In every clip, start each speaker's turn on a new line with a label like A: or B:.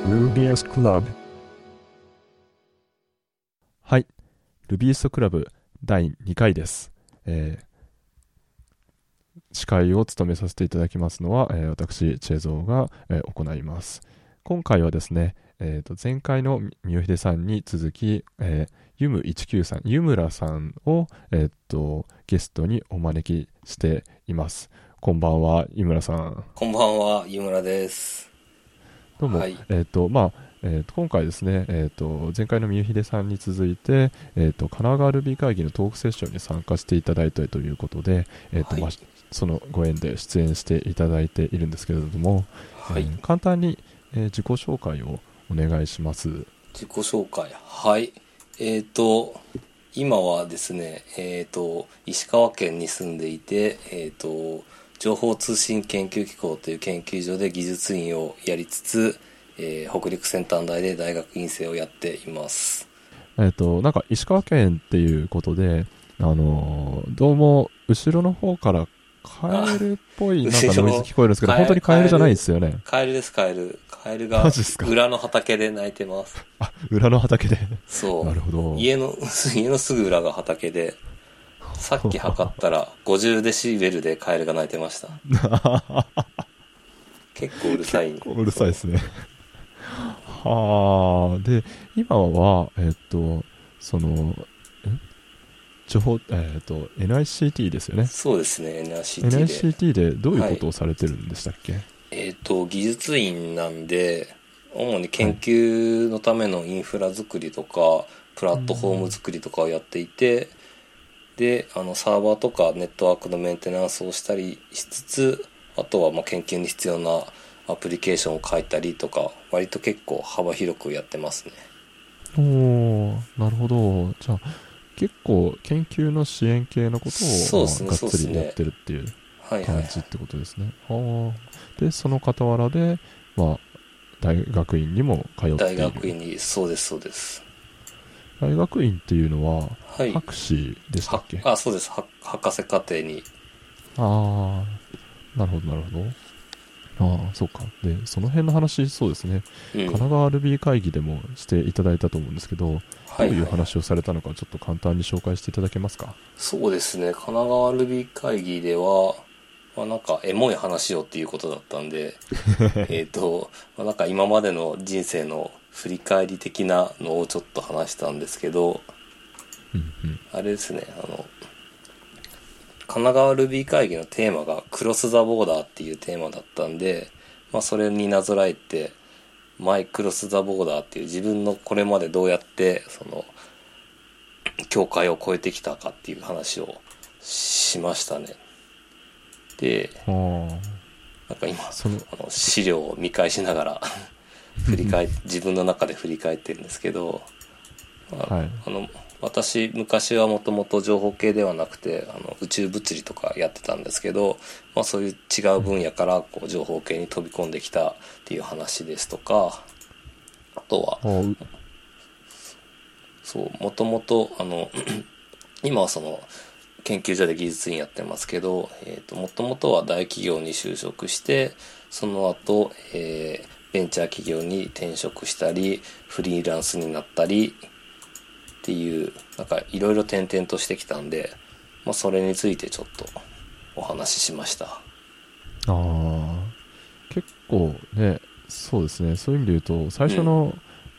A: Rubies Club。
B: はい、ルビーストクラブ第2回です。司会を務めさせていただきますのは、私、チェゾーが、行います。今回はですね、前回のみよひでさんに続き、ユム193、湯村さんを、ゲストにお招きしています。こんばんは、湯村さん。
C: こんばんは、湯村です。
B: どうも、
C: はい。
B: 今回ですね、前回のみゆひでさんに続いて、神奈川ルビー会議のトークセッションに参加していただいたということで、
C: はい。
B: そのご縁で出演していただいているんですけれども、
C: はい。
B: 簡単に、自己紹介をお願いします。
C: 自己紹介。はい。今はですね、石川県に住んでいて、情報通信研究機構という研究所で技術員をやりつつ、北陸先端大で大学院生をやっています。
B: なんか石川県っていうことで、どうも後ろの方からカエルっぽいなんかノイズ聞こえるんですけど、本当にカエルじゃないですよね。
C: カエルです、カエル。カエルが
B: マジですか。
C: 裏の畑で鳴いてます。
B: あ、裏の畑で。
C: そう。
B: なるほど。
C: 家のすぐ裏が畑で、さっき測ったら50デシベルでカエルが鳴いてました。結構うるさい。
B: 結構うるさいですね。はあ。で、今は、その、情報、NICT ですよね。
C: そうですね、NICT で。
B: NICT でどういうことをされてるんでしたっけ？はい、
C: 技術員なんで、主に研究のためのインフラ作りとか、プラットフォーム作りとかをやっていて、で、サーバーとかネットワークのメンテナンスをしたりしつつ、あとは研究に必要なアプリケーションを書いたりとか、割と結構幅広くやってますね。
B: おー、なるほど。じゃあ結構研究の支援系のことを、がっつりやってるっていう感じってことですね。で、その傍らで、大学院にも通っている。
C: 大学院に、そうです、そうです。
B: 大学院っていうのは、
C: はい、
B: 博士でしたっけ？
C: そうです。博士課程に。
B: ああ、なるほど、なるほど。ああ、そうか。で、その辺の話、そうですね。神奈川ルビー会議でもしていただいたと思うんですけど、どういう話をされたのか、ちょっと簡単に紹介していただけますか？
C: そうですね。神奈川ルビー会議では、なんか、エモい話をっていうことだったんで、なんか今までの人生の振り返り的なのをちょっと話したんですけど、あれですね、神奈川ルビー会議のテーマがクロス・ザ・ボーダーっていうテーマだったんで、それになぞらえてマイ・クロス・ザ・ボーダーっていう自分のこれまでどうやってその境界を越えてきたかっていう話をしましたね。で、なんか今資料を見返しながら自分の中で振り返ってるんですけど、私昔はもともと情報系ではなくて宇宙物理とかやってたんですけど、そういう違う分野から情報系に飛び込んできたっていう話ですとか、あとはそうもともと今はその研究所で技術員やってますけど、もともとは大企業に就職して、その後、ベンチャー企業に転職したりフリーランスになったりっていうなんかいろいろ転々としてきたんで、それについてちょっとお話ししました。
B: 結構ね、そうですね。そういう意味で言うと最初の、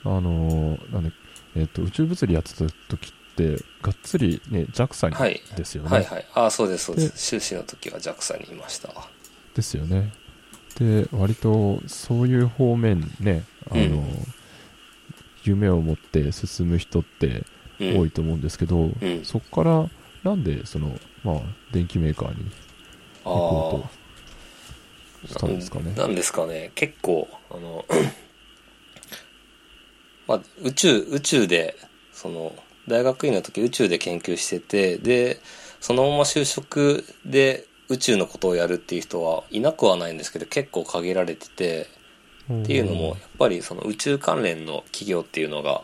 B: 宇宙物理やってた時ってがっつりね JAXA にですよね。
C: はいはい。そうですそうです。修士の時は JAXA にいました。
B: ですよね。で割とそういう方面ね、夢を持って進む人って多いと思うんですけど、そこからなんでその電機メーカーに行こうとしたんですかね。
C: なんですかね。結構宇宙でその大学院の時宇宙で研究してて、でそのまま就職で宇宙のことをやるっていう人はいなくはないんですけど、結構限られてて、っていうのもやっぱりその宇宙関連の企業っていうのが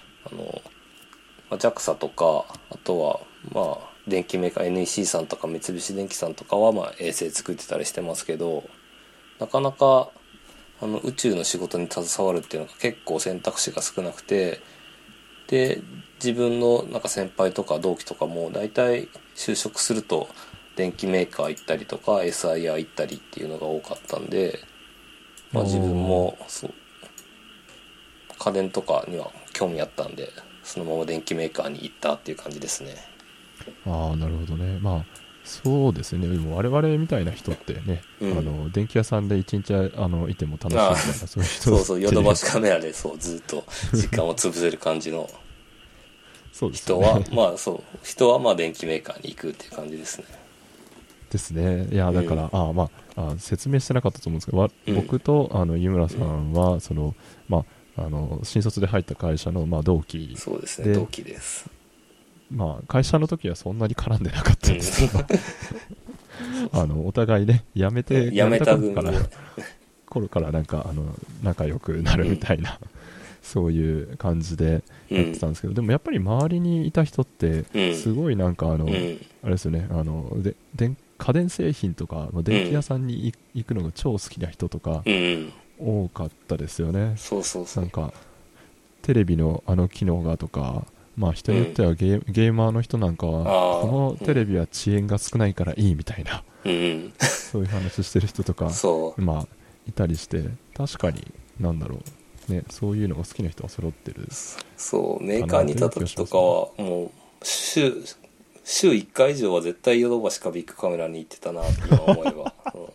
C: JAXA とか、あとは電機メーカー NEC さんとか三菱電機さんとかは衛星作ってたりしてますけど、なかなか宇宙の仕事に携わるっていうのが結構選択肢が少なくて、で自分のなんか先輩とか同期とかも大体就職すると電機メーカー行ったりとか SIR 行ったりっていうのが多かったんで、まあ、自分もそう家電とかには興味あったんで、そのまま電機メーカーに行ったっていう感じですね。
B: ああ、なるほどね。まあそうですね。でも我々みたいな人ってね、電気屋さんで一日いても楽しいみたいな、そういう人
C: そうそう、ヨドバシカメラでそうずっと時間を潰せる感じの
B: そうです
C: 人は、まあ人はまあ電機メーカーに行くっていう感じですね。
B: ですね。いやだから、説明してなかったと思うんですけど、僕と湯村さんはその新卒で入った会社の同期で、
C: そうですね、同期です。
B: 会社の時はそんなに絡んでなかったんですけど、お互いね辞めた頃からなんか仲良くなるみたいな、そういう感じでやってたんですけど、でもやっぱり周りにいた人ってすごいなんかあれですよね、家電製品とか電気屋さんに行くのが超好きな人とか多かったですよね。なんかテレビの機能がとか、人によってはゲーマーの人なんかはこのテレビは遅延が少ないからいいみたいな、そういう話してる人とかいたりして、確かになんだろうね、そういうのが好きな人は揃ってる。
C: そう、メーカーにいた時とかはもう週1回以上は絶対ヨドバシかビッグカメラに行ってたなって今思えば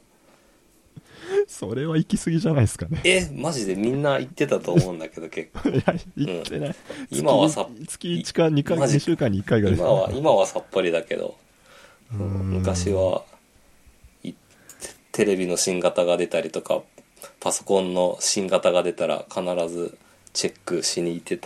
B: それは行き過ぎじゃないですかね。
C: マジでみんな行ってたと思うんだけど結構。
B: いや行ってない、
C: 今は
B: 月1か2週間に1回ぐらいですか、
C: 今はさっぱりだけど、昔はテレビの新型が出たりとかパソコンの新型が出たら必ずチェックしに行ってた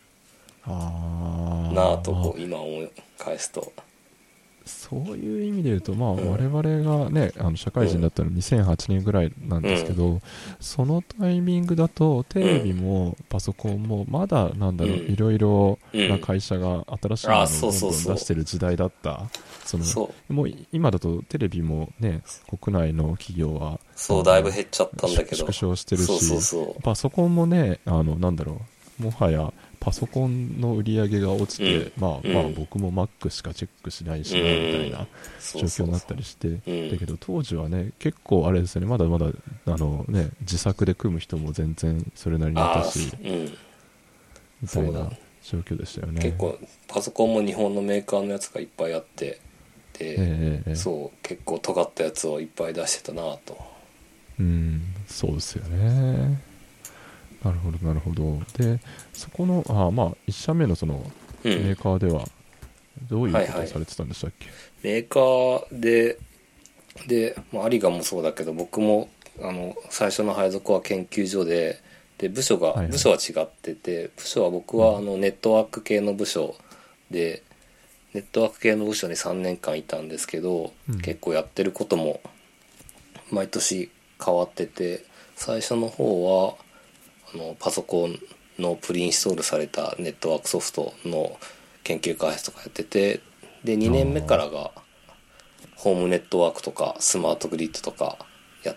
C: なぁと今思い返すと。
B: そういう意味で言うと、我々がね社会人だったの2008年ぐらいなんですけど、そのタイミングだとテレビもパソコンもまだいろいろな会社が新しいものをどんどん出してる時代だった。もう今だとテレビもね国内の企業は
C: だいぶ減っちゃったんだけど
B: 縮小してるし、パソコンもねもはやパソコンの売り上げが落ちて、僕も Mac しかチェックしないしなみたいな状況になったりして、だけど当時はね結構あれですよね、まだまだ自作で組む人も全然それなりにいたし、みたいな状況でしたよね。
C: 結構パソコンも日本のメーカーのやつがいっぱいあって、で、結構尖ったやつをいっぱい出してたなと。
B: そうですよね。なるほどなるほど。でそこの1社目のそのメーカーではどういうことをされてたんでしたっけ？
C: メーカーでアリガもそうだけど、僕も最初の配属は研究所で部署は違ってて、部署は僕はネットワーク系の部署で、ネットワーク系の部署に3年間いたんですけど、結構やってることも毎年変わってて、最初の方はパソコンのプリインストールされたネットワークソフトの研究開発とかやってて、で2年目からがホームネットワークとかスマートグリッドとかやって、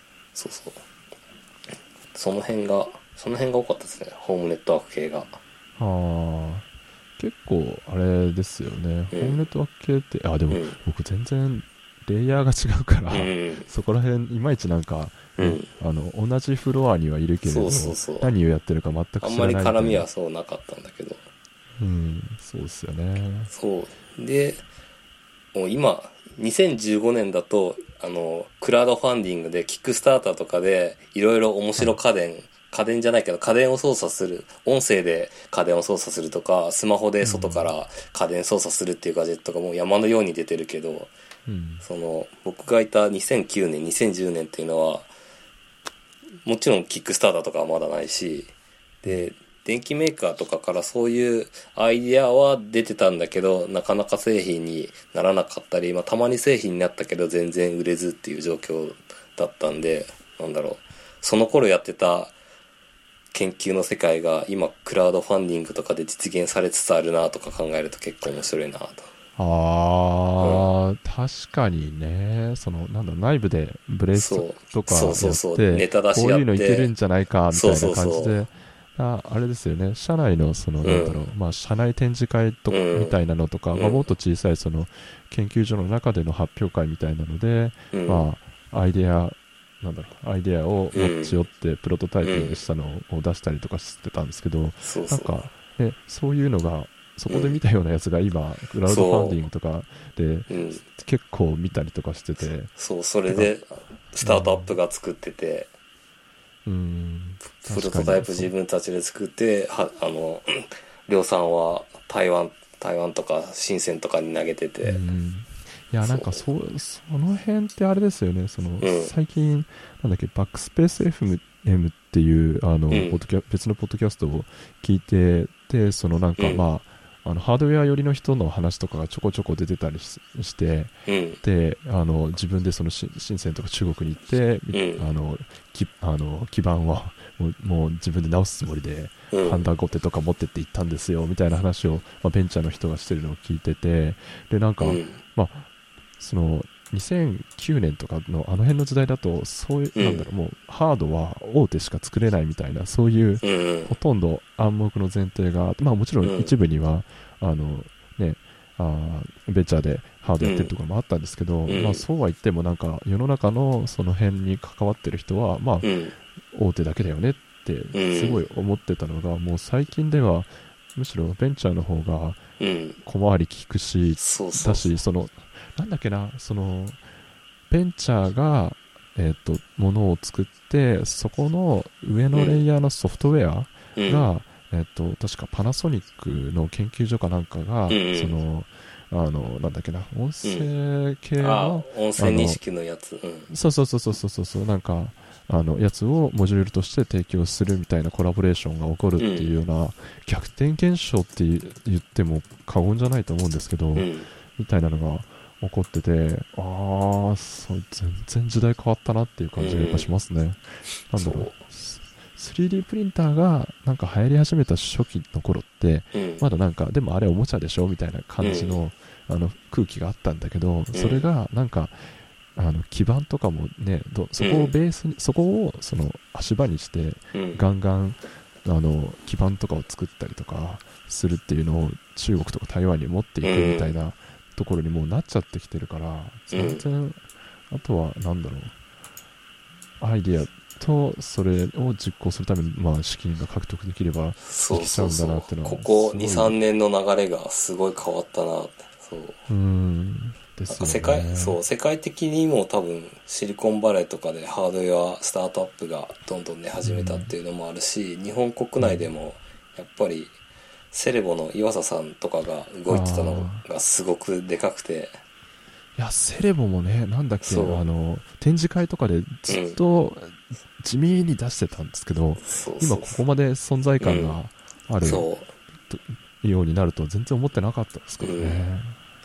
C: その辺が多かったですね、ホームネットワーク系が。
B: 結構あれですよね、ホームネットワーク系ってでも、僕全然レイヤーが違うから、そこら辺いまいち同じフロアにはいるけれど何をやってるか全く知らない。
C: あんまり絡みはなかったんだけど、
B: そうですよね。
C: でもう今2015年だとクラウドファンディングでキックスターターとかでいろいろ面白家電じゃないけど家電を操作する、音声で家電を操作するとかスマホで外から家電操作するっていうガジェットがもう山のように出てるけど、僕がいた2009年2010年っていうのはもちろんキックスターターとかはまだないし、で電機メーカーとかからそういうアイディアは出てたんだけど、なかなか製品にならなかったり、たまに製品になったけど全然売れずっていう状況だったんで、その頃やってた研究の世界が今クラウドファンディングとかで実現されつつあるなとか考えると結構面白いなと。
B: ああ、確かにね、その、なんだろう、内部でブレス
C: そう
B: とかや
C: そうそうそう、
B: って、
C: ネタ出しやっ
B: こういうのいけるん
C: て、
B: じゃないか、み
C: そう
B: たいな
C: そうそ
B: 感じで、あれですよね、社内の、その、
C: う、うん
B: なんだろう、まあ、社内展示会と、みたいなのとか、まあ、もっと小さい、その、研究所の中での発表会みたいなので、まあ、アイデアを持ち寄って、プロトタイピングしたのを出したりとかしてたんですけど、
C: そうそう
B: なんか、ね、そういうのが、そこで見たようなやつが今、クラウドファンディングとかで結構見たりとかしてて、
C: それでスタートアップが作ってて、プロトタイプ自分たちで作って、量産は台湾とか深センとかに投げてて、
B: いや、なんかその辺ってあれですよね、その、最近、なんだっけ、バックスペース FM っていう、別のポッドキャストを聞いて、で、そのなんか、まあ、ハードウェア寄りの人の話とかがちょこちょこ出てたりして、で、自分でその深センとか中国に行って、基盤はもう自分で直すつもりで、ハンダゴテとか持ってって行ったんですよ、みたいな話を、まあ、ベンチャーの人がしてるのを聞いてて、で、なんか、まあ、その、2009年とかのあの辺の時代だと、そういう、なんだろう、もう、ハードは大手しか作れないみたいな、そういう、ほとんど暗黙の前提があって、まあもちろん一部には、ね、ベンチャーでハードやってるところもあったんですけど、まあそうは言ってもなんか、世の中のその辺に関わってる人は、まあ、大手だけだよねって、すごい思ってたのが、もう最近では、むしろベンチャーの方が、小回り利くし、だし、その、なんだっけな、その、ベンチャーが、ものを作って、そこの上のレイヤーのソフトウェアが、確かパナソニックの研究所かなんかが、その、なんだっけな、音声系の、
C: 音声認識のやつ。
B: そう、なんか、やつをモジュールとして提供するみたいなコラボレーションが起こるっていうような、逆転現象って言っても過言じゃないと思うんですけど、みたいなのが起こってて、全然時代変わったなっていう感じがやっぱしますね。なんだろう。3D プリンターがなんか流行り始めた初期の頃って、まだなんか、でもあれおもちゃでしょみたいな感じの、空気があったんだけど、それがなんか、基盤とかもね、そこをベースに、そこをその足場にして、ガンガン、基盤とかを作ったりとかするっていうのを中国とか台湾に持っていくみたいなところにもうなっちゃってきてるから、全然、あとはなんだろう、アイディアとそれを実行するために、まあ、資金が獲得できればできちゃうんだなっていうのは、
C: ここ2、3年の流れがすごい変わったなって。
B: ですよね。
C: 世界的にも多分シリコンバレーとかでハードウェアスタートアップがどんどん出始めたっていうのもあるし、日本国内でもやっぱりセレボの岩佐さんとかが動いてたのがすごくでかくて、
B: いやセレボもね、なんだっけ、展示会とかでずっと地味に出してたんですけど、今ここまで存在感があるようになると全然思ってなかったですからね。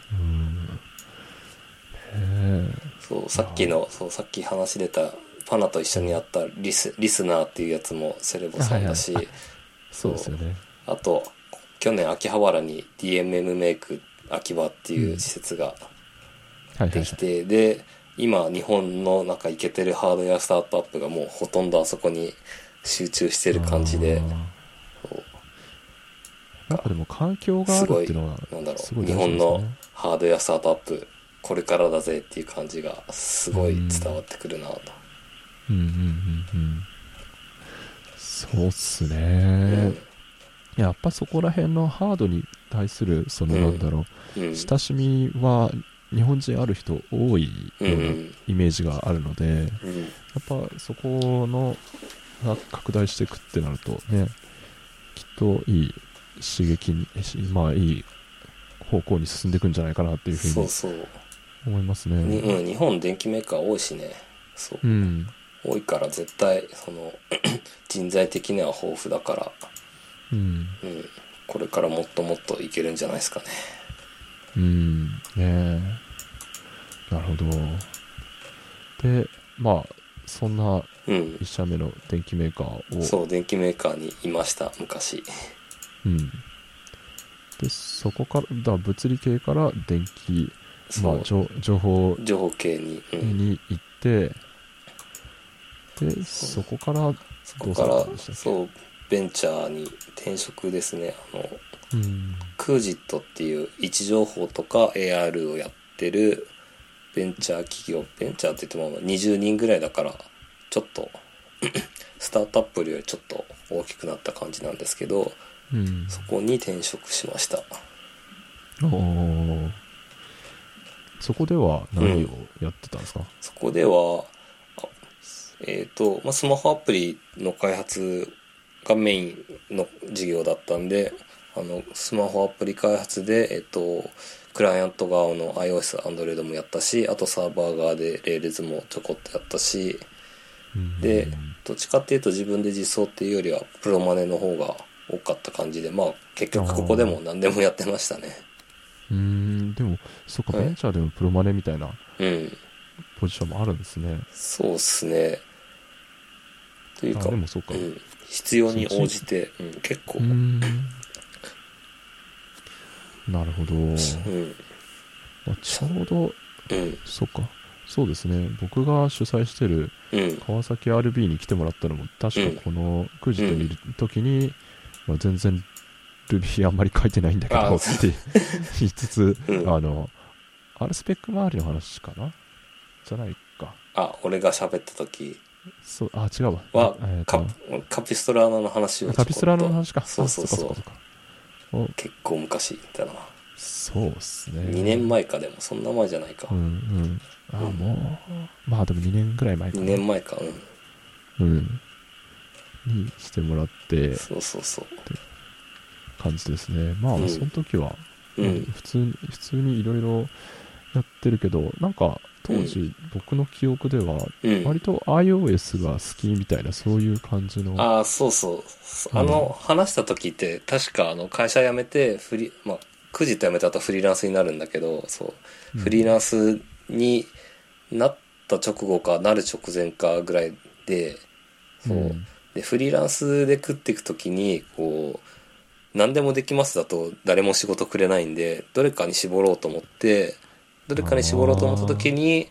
C: さっき話出たパナと一緒にやったリスナーっていうやつもセレボさんだし、
B: そうですよね。
C: あと去年秋葉原に DMM メイク秋葉っていう施設ができて、で今日本のなんかイケてるハードウェアスタートアップがもうほとんどあそこに集中してる感じで、
B: なんかでも環境があるっていうのは
C: すごい、日本のハードウェアスタートアップこれからだぜっていう感じがすごい伝わってくるなと。
B: そうっすね。やっぱそこら辺のハードに対するそのなんだろう、親しみは日本人ある人多いようなイメージがあるので、やっぱそこのが拡大していくってなるとね、きっといい刺激に、まあいい方向に進んでいくんじゃないかなっていうふうに思いますね。
C: 日本電機メーカー多いしね。多いから絶対その人材的には豊富だから、これからもっともっといけるんじゃないですかね。
B: なるほど。で、まあそんな1社目の電機メーカーを、
C: 電機メーカーにいました昔。
B: でそこから物理系から電気、
C: そう
B: 情報
C: 情報系に、
B: に行って、でそこからどうされたんでしたっけ？
C: そうベンチャーに転職ですね。クージットっていう位置情報とか AR をやってるベンチャー企業、ベンチャーって言っても20人ぐらいだからちょっとスタートアップよりちょっと大きくなった感じなんですけど、そこに転職しました。
B: そこでは何をやってたんですか？
C: そこではスマホアプリの開発がメインの事業だったんで、スマホアプリ開発で、クライアント側の iOS、Android もやったし、あとサーバー側で Rails もちょこっとやったし、でどっちかっていうと自分で実装っていうよりはプロマネの方が多かった感じで、結局ここでも何でもやってましたね。
B: でもそっか、ベンチャーでもプロマネみたいなポジションもあるんですね。
C: そうっすね。というか、
B: でもそうか、
C: 必要に応じて、結構。
B: なるほど。ちょうど、そっか、そうですね。僕が主催してる川崎 RB に来てもらったのも、確かこのクジと見るときに、全然 Ruby あんまり書いてないんだけどって言いつつ、R スペック周りの話かなじゃないか。
C: 俺が喋ったとき。
B: そう、違うわ。
C: カピストラーナの話を。
B: カピストラーナの話か。
C: そう。結構昔だな。
B: そうっすね。
C: 2年前か。でもそんな前じゃないか。
B: もうでも2年ぐらい前かな。
C: 2年前か。
B: にしてもらって、
C: そう
B: 感じですね。その時は、普通にいろいろやってるけど、なんか当時、僕の記憶では割と iOS が好きみたいな、そういう感じの。
C: そう話した時って確か会社辞めて9時と辞めた後フリーランスになるんだけど、フリーランスになった直後かなる直前かぐらいで、でフリーランスで食っていく時に何でもできますだと誰も仕事くれないんで、どれかに絞ろうと思った時に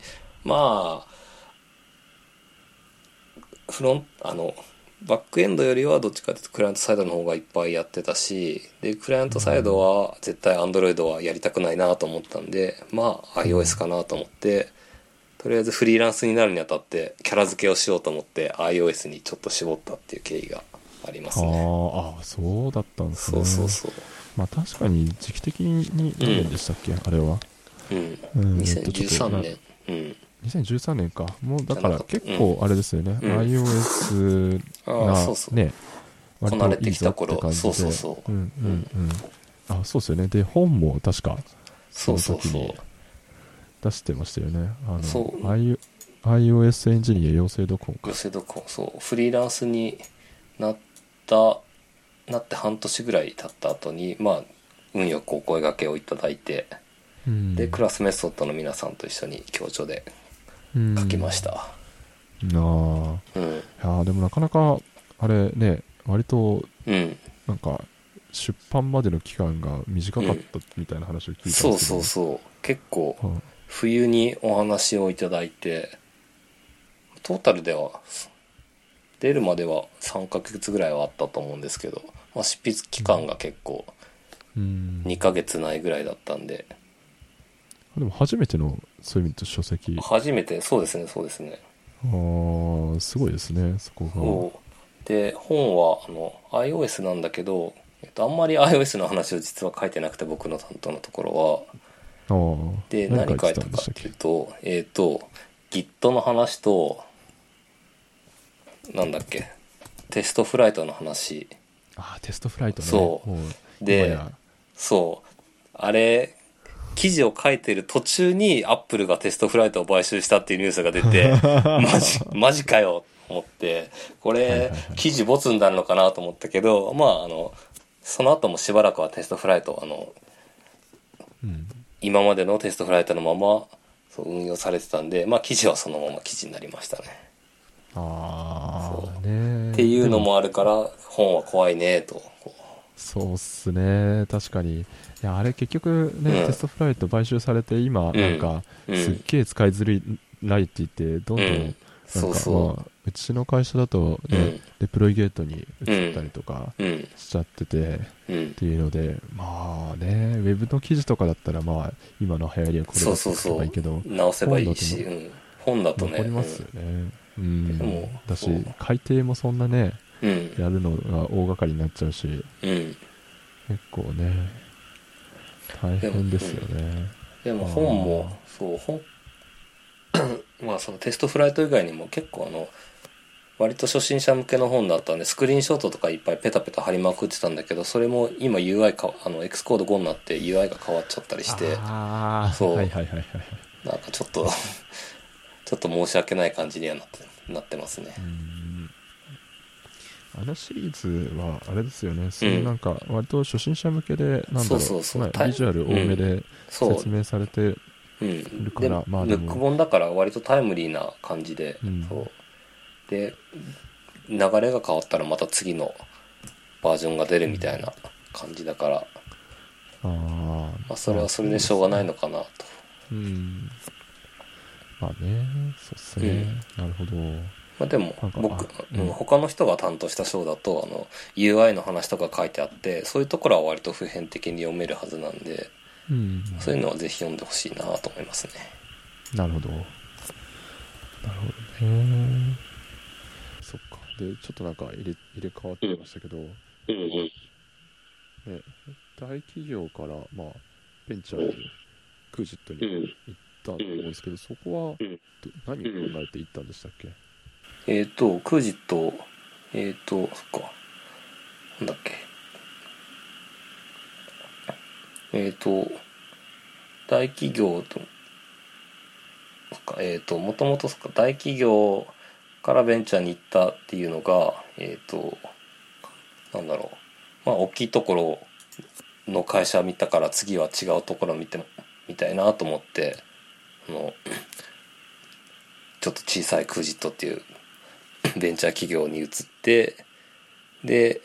C: バックエンドよりはどっちかというとクライアントサイドの方がいっぱいやってたし、でクライアントサイドは絶対 Android はやりたくないなと思ったんで、iOS かなと思って、とりあえずフリーランスになるにあたってキャラ付けをしようと思って iOS にちょっと絞ったっていう経緯がありますね。
B: そうだったんですね。
C: そう
B: 確かに時期的に何年でしたっけ、あれは。
C: 2013年。
B: 2013年か。もうだから結構あれですよね。iOS がね、
C: 割といいぞって感じで。そう
B: ですよね。で、本も確かその時に出してましたよね。iOS エンジニア養成ドコンか。
C: フリーランスになって半年ぐらい経った後に運よくお声掛けをいただいて、でクラスメソッドの皆さんと一緒に共著で書きました。
B: でもなかなかあれね、割となんか出版までの期間が短かったみたいな話を聞いたんですけど、
C: そう結構冬にお話をいただいて、トータルでは出るまでは3ヶ月ぐらいはあったと思うんですけど、執筆期間が結構2ヶ月ないぐらいだったんで。
B: でも初めてのそういう意味と書籍。
C: 初めて、そうですね。
B: すごいですね、そこが。
C: で、本はiOS なんだけど、あんまり iOS の話を実は書いてなくて、僕の担当のところは。で、何書いたかっていうと、Git の話と、なんだっけ、テストフライトの話。
B: テストフライトね。
C: で、あれ、記事を書いてる途中にアップルがテストフライトを買収したっていうニュースが出てマジかよと思って、これ記事ボツになるのかなと思ったけど、その後もしばらくはテストフライト今までのテストフライトのまま運用されてたんで、記事はそのまま記事になりましたね。っていうのもあるから本は怖いねと
B: そうっすね、確かに。いや、あれ結局ね、テストフライト買収されて、今、なんか、すっげえ使いづらいって言って、どんどん、なんか、まあ、うちの会社だとね、デプロイゲートに移ったりとかしちゃってて、っていうので、まあね、ウェブの記事とかだったら、まあ、今の流行りはこれだって書けばいいけど、
C: 直せばいいし、本だとね。
B: 残りますよね。
C: でも
B: だし、改訂もそんなね、やるのが大掛かりになっちゃうし、結構ね、大変ですよね。
C: でも本も、まあそのテストフライト以外にも結構割と初心者向けの本だったんで、スクリーンショットとかいっぱいペタペタ貼りまくってたんだけど、それも今 UI X コード5になって UI が変わっちゃったりして、そう、なんかちょっと申し訳ない感じにはなってますね。
B: あのシリーズはあれですよね、そのなんか割と初心者向けで、なんだろう、ビジュアル多めで説明されてるから、まあでも
C: ムック本だから割とタイムリーな感じで、そうで流れが変わったらまた次のバージョンが出るみたいな感じだから、まあそれはそれでしょうがないのかなと。
B: まあね、そうっすね、なるほど。
C: まあでも他の人が担当した章だとUI の話とか書いてあって、そういうところは割と普遍的に読めるはずなんで、そういうのはぜひ読んでほしいなと思いますね。
B: なるほど。なるほどね。そっか。で、ちょっとなんか入れ替わってましたけど、大企業から、まあ、ベンチャーに、クージットに行ったと思うんですけど、そこは、何を考えて行ったんでしたっけ？
C: クージット、そっか。なんだっけ。大企業と、もともと大企業からベンチャーに行ったっていうのが、なんだろう。まあ、大きいところの会社見たから次は違うところ見たいなと思って、ちょっと小さいクージットっていうベンチャー企業に移って、で、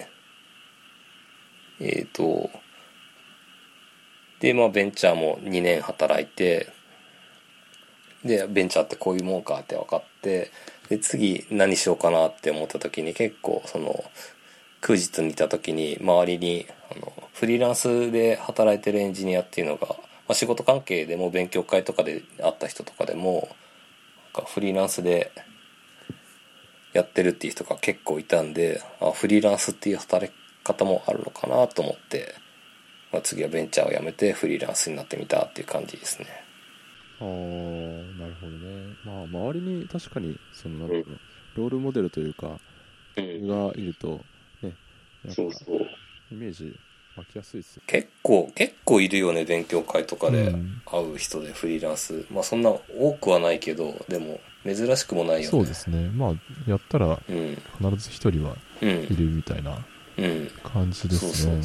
C: まあベンチャーも2年働いて、で、ベンチャーってこういうもんかって分かって、で、次何しようかなって思った時に結構クージットにいた時に周りにフリーランスで働いてるエンジニアっていうのが、まあ、仕事関係でも勉強会とかで会った人とかでもフリーランスでやってるっていう人が結構いたんで、フリーランスっていう働き方もあるのかなと思って、まあ、次はベンチャーを辞めてフリーランスになってみたっていう感じですね。
B: なるほどね。まあ周りに確かになんだろう、ロールモデルというか、がいるとね、なんかイメージ湧きやすいですよ。
C: 結構いるよね、勉強会とかで会う人でフリーランス。まあそんな多くはないけど、でも珍しくもないよね。
B: そうですね。まあやったら必ず一人はいるみたいな感じですね。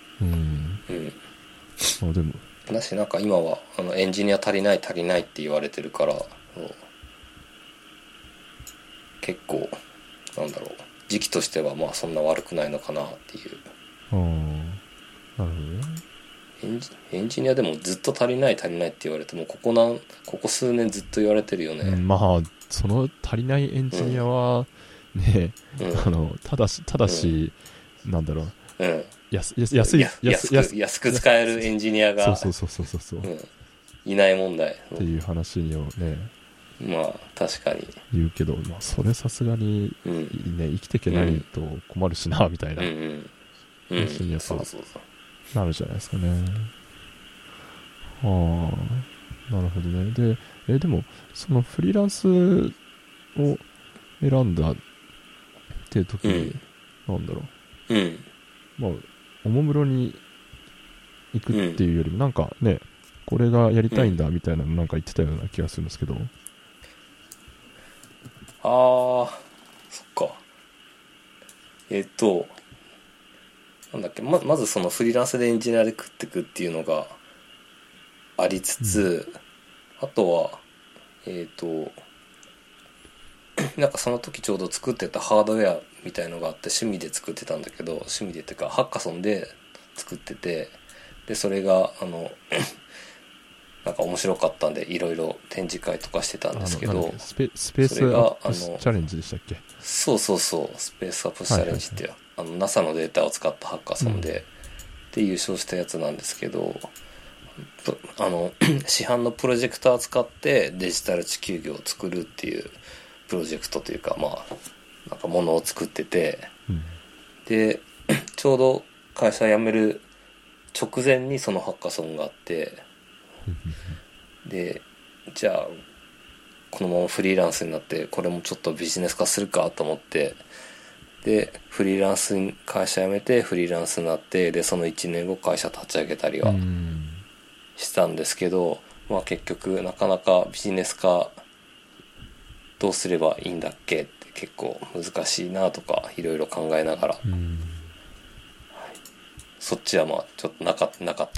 B: まあでも
C: だし、なんか今はエンジニア足りないって言われてるから、結構なんだろう、時期としてはまあそんな悪くないのかなっていう。
B: なるほどね。
C: エンジニアでもずっと足りないって言われてもここ数年ずっと言われてるよね。
B: まあその足りないエンジニアはね、ただし、なんだろう、安
C: く使えるエンジニアがいない問題
B: っていう話をね、
C: まあ確かに
B: 言うけど、まあそれさすがにね、生きていけないと困るしなみたいな話にやっぱなるじゃないですかね。なるほどね。でもそのフリーランスを選んだっていう時に、なんだろう、まあおもむろに行くっていうよりも、なんかね、これがやりたいんだみたいなのなんか言ってたような気がするんですけど。
C: そっか。なんだっけ、まずそのフリーランスでエンジニアで食ってくっていうのがありつつ、あとはなんかその時ちょうど作ってたハードウェアみたいのがあって趣味で作ってたんだけど、趣味でっていうかハッカソンで作ってて、でそれがなんか面白かったんでいろいろ展示会とかしてたんですけど、
B: スペースアップスチャレンジでしたっけ？
C: そうそうそう、スペースアップスチャレンジっていう、NASA のデータを使ったハッカソンで、で優勝したやつなんですけど、市販のプロジェクター使ってデジタル地球儀を作るっていうプロジェクトというか、まあなんかものを作ってて、でちょうど会社辞める直前にそのハッカソンがあって、でじゃあこのままフリーランスになってこれもちょっとビジネス化するかと思って、でフリーランスに会社辞めてフリーランスになって、でその1年後会社立ち上げたりはしたんですけど、まあ結局なかなかビジネス化どうすればいいんだっけって結構難しいなとかいろいろ考えながら、はい、そっちはまあちょっとなかったなか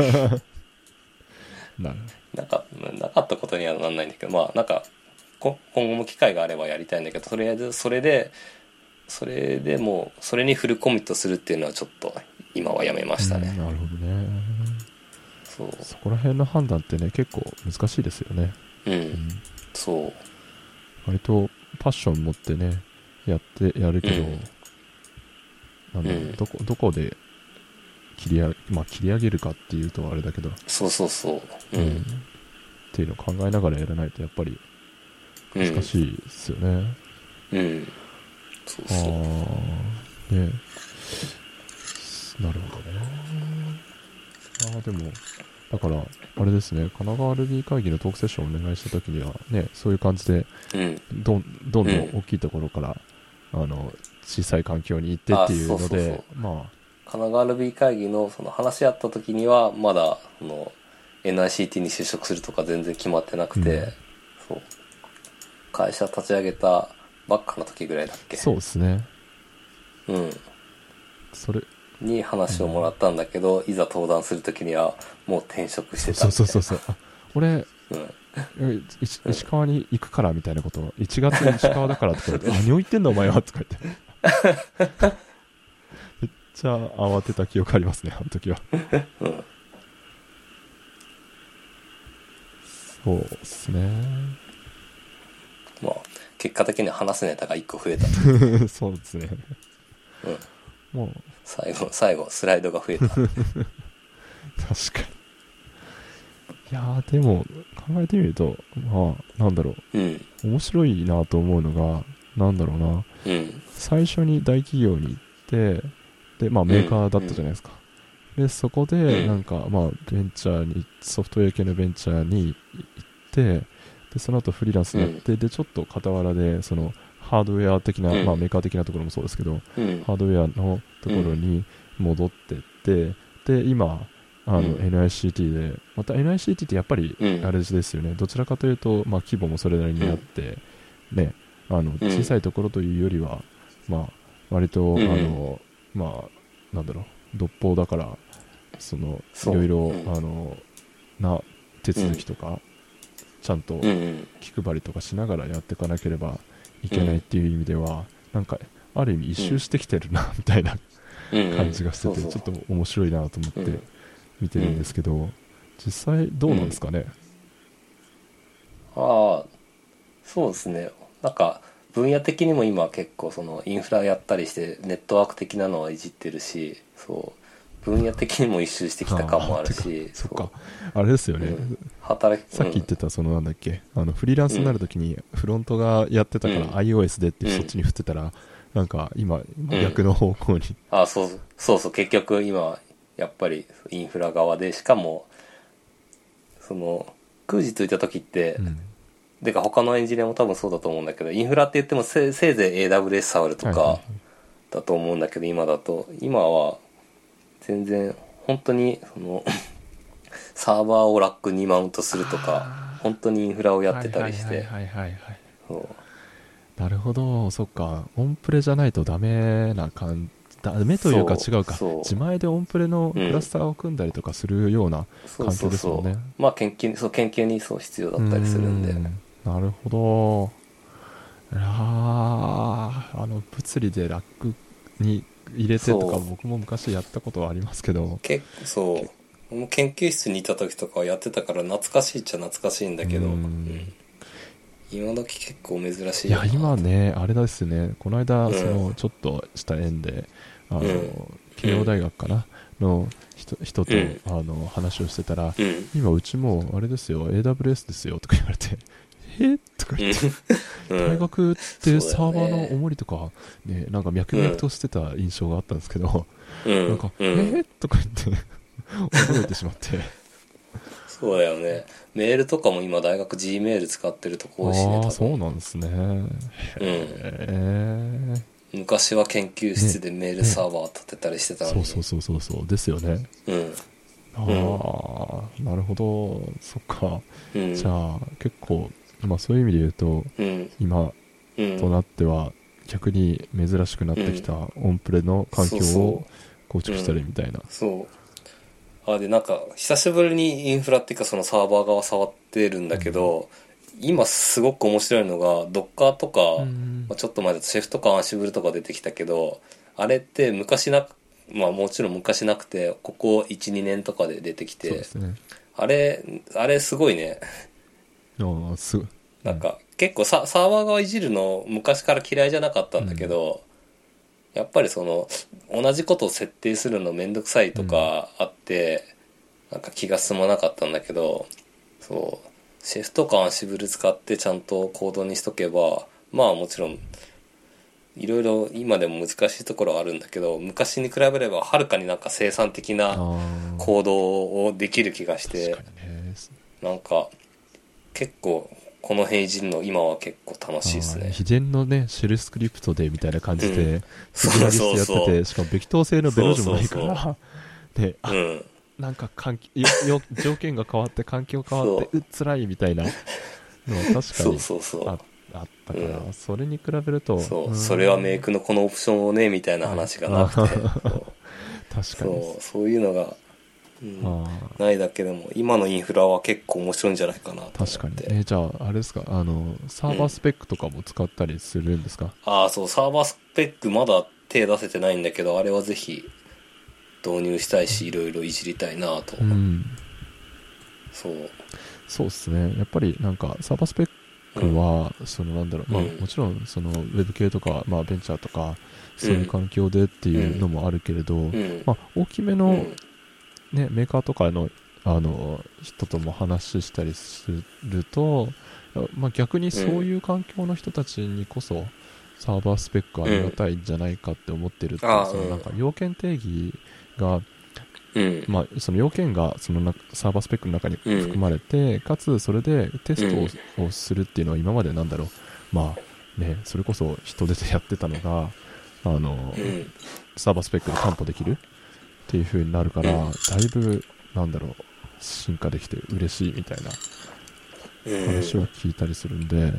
C: ったことにはなんないんだけど、まあなんか今後も機会があればやりたいんだけど、とりあえずそれでもうそれにフルコミットするっていうのはちょっと今はやめましたね。
B: なるほどね。
C: そう
B: そこら辺の判断ってね結構難しいですよね。
C: そう
B: 割とパッション持ってねやるけど、どこで切り上げるかっていうとあれだけど、
C: そう
B: っていうのを考えながらやらないとやっぱり難しいですよね。
C: そうそう。
B: ね、なるほどね。でもだからあれですね、神奈川 RB 会議のトークセッションをお願いした時にはね、そういう感じでどんどん大きいところから小さい環境に行ってっていうので、まあ
C: 神奈川 RB 会議のその話し合った時にはまだNICT に就職するとか全然決まってなくて、そう会社立ち上げたばっかの時ぐらいだっけ。
B: そうですね。それ
C: に話をもらったんだけど、いざ登壇する時にはもう転職してたみたいな。
B: そう俺、石川に行くからみたいなことを1月に石川だからとか言って何を言ってんだお前はとか言ってめっちゃ慌てた記憶ありますね、あの時は。そうですね。
C: まあ結果的には話すネタが1個増えた。
B: そうですね。もう
C: 最後スライドが増えた。確かに。
B: いやでも考えてみると、まあなんだろう、面白いなと思うのがなんだろうな、最初に大企業に行ってで、まあ、メーカーだったじゃないですか。でそこでなんか、まあ、ベンチャーにソフトウェア系のベンチャーに行ってでその後フリーランスになって、でちょっと傍らでそのハードウェア的な、まあ、メーカー的なところもそうですけど、ハードウェアのところに戻ってって、で今NICT でまた NICT ってやっぱりあれですよね、どちらかというと、まあ、規模もそれなりにあって、ね、小さいところというよりは、まあ、割と、まあなんだろう、独法だからいろいろな手続きとかちゃんと気配りとかしながらやっていかなければいけないっていう意味では、なんかある意味一周してきてるなみたいな感じがしてて、ちょっと面白いなと思って見てるんですけど、実際どうなんですかね。
C: そうですね。なんか分野的にも今結構そのインフラやったりしてネットワーク的なのはいじってるし、そう分野的にも一周してきた感もあるし、
B: そっか、あれですよね、さっき言ってたなんだっけ、フリーランスになるときにフロントがやってたから iOS でってそっちに振ってたら、なんか今逆の方向に、
C: そう結局今やっぱりインフラ側で、しかも空時ついた時って、でか他のエンジニアも多分そうだと思うんだけど、インフラって言ってもせいぜい AWS 触るとかだと思うんだけど、今は全然本当にサーバーをラックにマウントするとか、本当にインフラをやってたりして、
B: なるほど、そっか、オンプレじゃないとダメというか違うか、自前でオンプレのクラスターを組んだりとかするような環境ですもんね。
C: まあ研究に必要だったりするんで。
B: なるほど。 物理でラックに入れてとか
C: そう
B: 僕も昔やったことはありますけど、
C: 結構そうもう研究室にいた時とかはやってたから懐かしいっちゃ懐かしいんだけど、今時結構珍しい
B: いや
C: よな。
B: 今ねあれですね、この間
C: うん
B: そのちょっとした縁で
C: うん
B: 慶応大学かなの人と
C: うん
B: 話をしてたら、
C: うん
B: 今うちもあれですよ AWS ですよとか言われてえとか言って、
C: うん
B: 大学ってサ
C: そうだよね
B: ーバーの重りとかね、なんか脈々としてた印象があったんですけど、
C: うん
B: なんか
C: うん
B: とか言って驚いてしまって
C: そうだよね。メールとかも今大学 G メール使ってるとこ多いしね、
B: ああ
C: 多分。
B: そうなんですね。
C: うん。
B: へ
C: 昔は研究室でメールサーバー立てたりしてたのに。
B: そうですよね。
C: うん。
B: ああ、なるほど、そっか。
C: うん。
B: じゃあ結構そういう意味で言うと
C: うん。
B: 今
C: うん。
B: となっては逆に珍しくなってきたオンプレの環境を構築したりみたいな。
C: そう。で、なんか、久しぶりにインフラっていうかそのサーバー側触ってるんだけど、今すごく面白いのが、ドッカーとか、ちょっと前だとシェフとかアンシブルとか出てきたけど、あれって昔もちろん昔なくて、ここ1、2年とかで出てきて、
B: そうですね。
C: あれすごいね。
B: ああ、
C: なんか、結構サーバー側いじるの昔から嫌いじゃなかったんだけど、やっぱりその同じことを設定するのめんどくさいとかあって、なんか気が進まなかったんだけど、そうシェフとかアンシブル使ってちゃんとコードにしとけば、まあもちろんいろいろ今でも難しいところはあるんだけど、昔に比べればはるかになんか生産的なコードをできる気がして、
B: 確かにね。
C: なんか結構この辺いじるの今は結構楽しいですね。
B: 秘伝のねシェルスクリプトでみたいな感じで、
C: うん
B: 次なりしてやって
C: そうそう
B: て、しかもべき当性のベロジもないからで、なんか条件が変わって環境変わって辛いみたいなのは確かにあったから、それに比べると
C: それはメイクのこのオプションをねみたいな話がなくて、
B: 確かに
C: そういうのが、ないだけでも今のインフラは結構面白いんじゃないかなと思って。
B: 確かに。じゃああれですか、サーバースペックとかも使ったりするんですか？
C: そうサーバースペックまだ手出せてないんだけど、あれはぜひ導入したいし、いろいろいじりたいなと。
B: そうですね。やっぱりなんかサーバースペックは、そのなんだろう、もちろんそのウェブ系とか、ベンチャーとかそういう環境でっていうのもあるけれど、大きめの、ね、メーカーとかの人とも話したりすると、逆にそういう環境の人たちにこそサーバースペックありがたいんじゃないかって思ってるっていう、そのなんか要件定義が、その要件がそのサーバースペックの中に含まれて、かつそれでテストをするっていうのは今までなんだろう、それこそ人手でやってたのがサーバースペックで担保できるっていう風になるから、だいぶなんだろう進化できて嬉しいみたいな話は聞いたりするんで、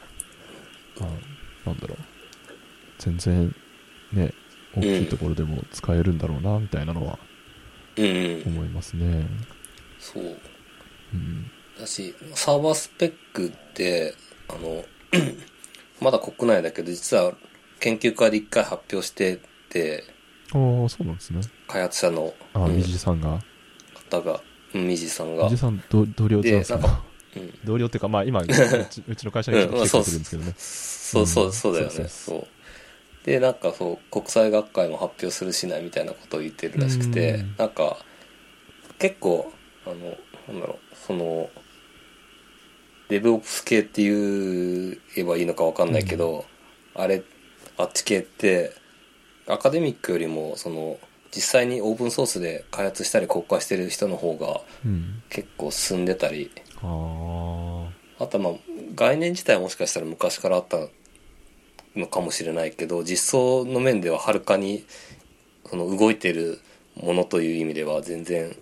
B: なんだろう全然ね大きいところでも使えるんだろうなみたいなのは思いますね。
C: そう、だしサーバースペックってまだ国内だけど実は研究会で1回発表してて、
B: そうなんですね。
C: 開発者の
B: ミジさんが
C: ミジさんが
B: 同僚じゃんですか。同僚っていうか、今うちの会社に来てくれてるんですけどね。
C: そうだよね。そうでなんか国際学会も発表するしないみたいなことを言ってるらしくて、なんか結構なんだろう、そのデブオプス系って言えばいいのか分かんないけど、あっち系ってアカデミックよりもその実際にオープンソースで開発したり公開してる人の方が結構進んでたり、あとは概念自体はもしかしたら昔からあったのかもしれないけど、実装の面でははるかにその動いてるものという意味では全然、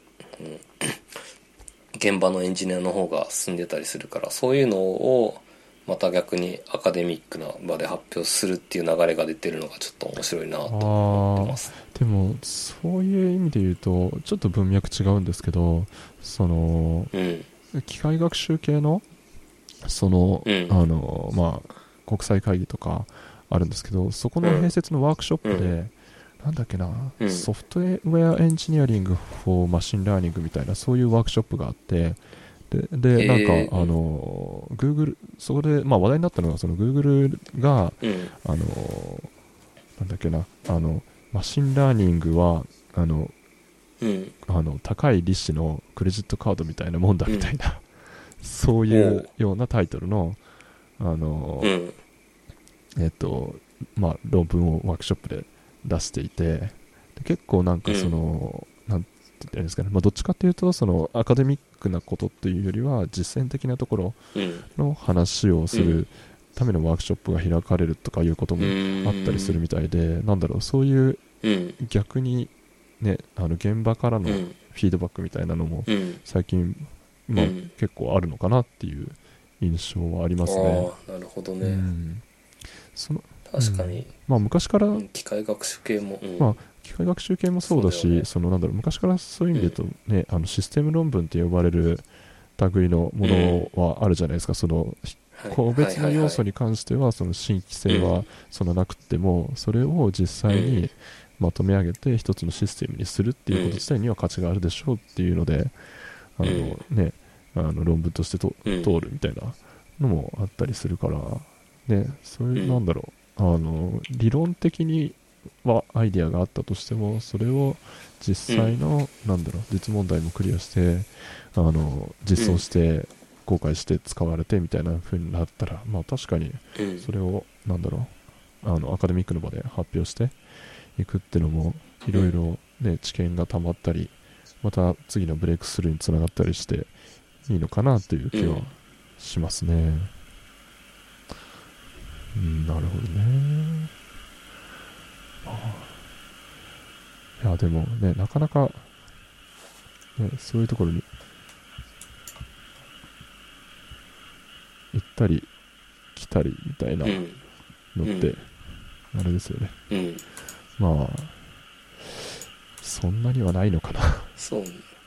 C: 現場のエンジニアの方が進んでたりするから、そういうのをまた逆にアカデミックな場で発表するっていう流れが出てるのがちょっと面白いなと思ってます。
B: でもそういう意味で言うとちょっと文脈違うんですけど、その、機械学習系のその、 国際会議とかあるんですけど、そこの併設のワークショップで、なんだっけな、ソフトウェアエンジニアリング for マシンラーニングみたいな、そういうワークショップがあって、でなんかGoogle、そこで、まあ、話題になったのが、その Google が、なんだっけな、マシンラーニングは高い利子のクレジットカードみたいなもんだみたいな、そういうようなタイトルのまあ、論文をワークショップで出していて、で結構なんかその、なんて言ったらいいんですかね、まあ、どっちかというとそのアカデミックなことっていうよりは実践的なところの話をするためのワークショップが開かれるとかいうこともあったりするみたいで、なんだろう、そういう逆にね、現場からのフィードバックみたいなのも最近、まあ、結構あるのかなっていう印象はありますね。
C: ああ、なるほどね。確かに、
B: まあ、昔から、
C: 機械学習系も、
B: まあ、機械学習系もそうだし、なんだろう、昔からそういう意味で言うと、ね、システム論文って呼ばれる類のものはあるじゃないですか。その個別の要素に関してはその新規性はそんななくても、それを実際にまとめ上げて一つのシステムにするっていうこと自体には価値があるでしょうっていうので、ね、論文として通るみたいなのもあったりするから、ね、そういう、なんだろう、理論的にはアイデアがあったとしても、それを実際の、なんだろう、実問題もクリアして実装して公開して使われてみたいな風になったら、まあ確かにそれを、なんだろう、アカデミックの場で発表していくっていうのも、いろいろね、知見がたまったり、また次のブレイクスルーにつながったりしていいのかなという気はしますね。なるほどね。いやでもね、なかなか、ね、そういうところに行ったり来たりみたいなのって、あれですよね。まあそんなにはないのかな。
C: そう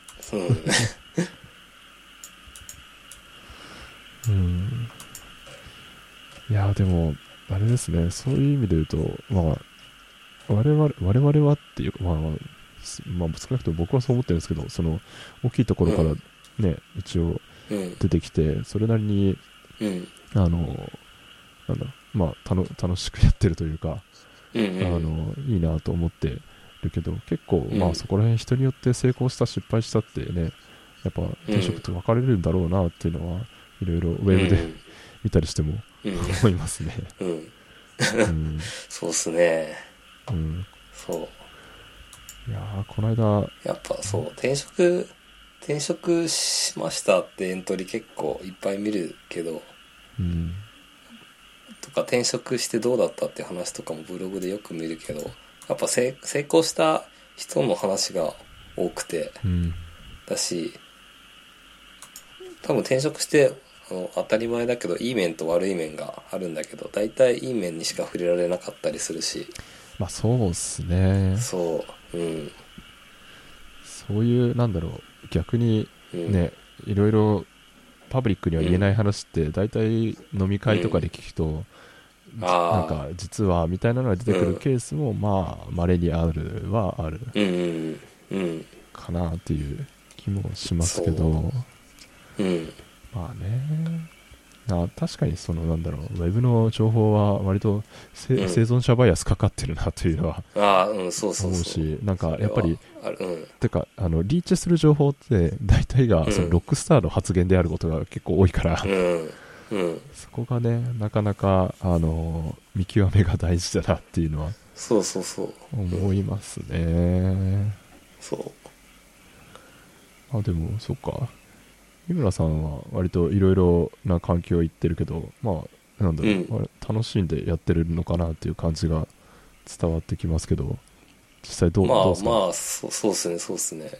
B: いやでもあれですね、そういう意味で言うと、まあ我々はっていうか、まあ少なくとも僕はそう思ってるんですけど、その大きいところからね、一応出てきて、それなりになんだろう、まあ楽しくやってるというか、いいなと思ってるけど、結構まあそこら辺人によって成功した失敗したってね、やっぱ転職と分かれるんだろうなっていうのはいろいろウェブで見たりしても思いますね。
C: そうっすね。そう。
B: いやー、この間
C: やっぱそう、転職しましたってエントリー結構いっぱい見るけど、とか転職してどうだったっていう話とかもブログでよく見るけど、やっぱ成功した人の話が多くて、だし、多分転職して当たり前だけどいい面と悪い面があるんだけど、大体いい面にしか触れられなかったりするし、
B: まあそうっすね。
C: そう、
B: そういう、なんだろう、逆にね、いろいろパブリックには言えない話って大体飲み会とかで聞くと、なんか実はみたいなのが出てくるケースもまあ稀にあるはあるかなっていう気もしますけど、まあね、確かにそのなんだろう、ウェブの情報は割と生存者バイアスかかってるなというのは思うし、なんかやっぱりてかリーチする情報って大体がそのロックスターの発言であることが結構多いから、そこがね、なかなか見極めが大事だなっていうのは思いますね。でもそっか、井村さんは割といろいろな環境行ってるけど、まあなんだろう、楽しんでやってるのかなっていう感じが伝わってきますけど、実際どうですか？
C: まあそうっすね。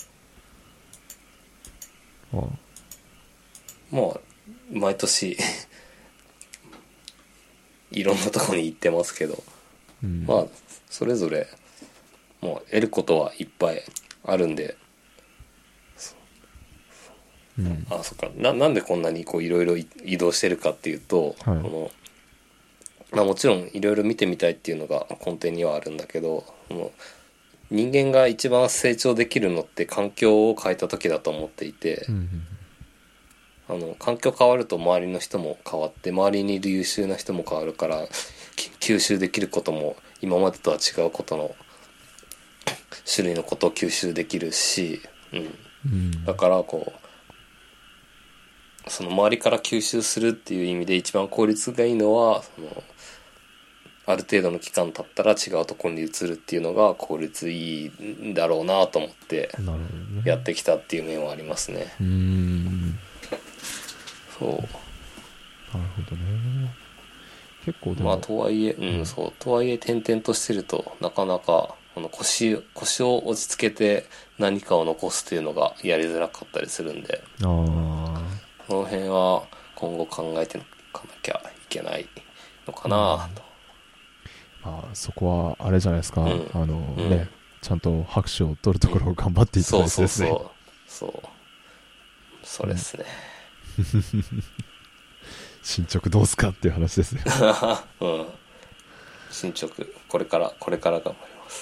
C: まあ毎年いろんなとこに行ってますけど、まあそれぞれもう得ることはいっぱいあるんで、そっか、なんでこんなにこういろいろ移動してるかっていうと、 まあもちろんいろいろ見てみたいっていうのが根底にはあるんだけど、もう人間が一番成長できるのって環境を変えた時だと思っていて、環境変わると周りの人も変わって、周りにいる優秀な人も変わるから、吸収できることも今までとは違うことの種類のことを吸収できるし、だからこうその周りから吸収するっていう意味で一番効率がいいのは、ある程度の期間経ったら違うところに移るっていうのが効率いいんだろうなと思ってやってきたっていう面はありますね。そう。なる
B: ほどね。結構でも
C: まあとはいえ、そうとはいえ転々としてるとなかなか腰を落ち着けて何かを残すっていうのがやりづらかったりするんで、その辺は今後考えていかなきゃいけないのかなと。
B: そこはあれじゃないですか、ちゃんと拍手を取るところを頑張っていただいてですね。
C: それですね。
B: 進捗どうすかっていう話ですね。
C: 進捗これから頑張ります。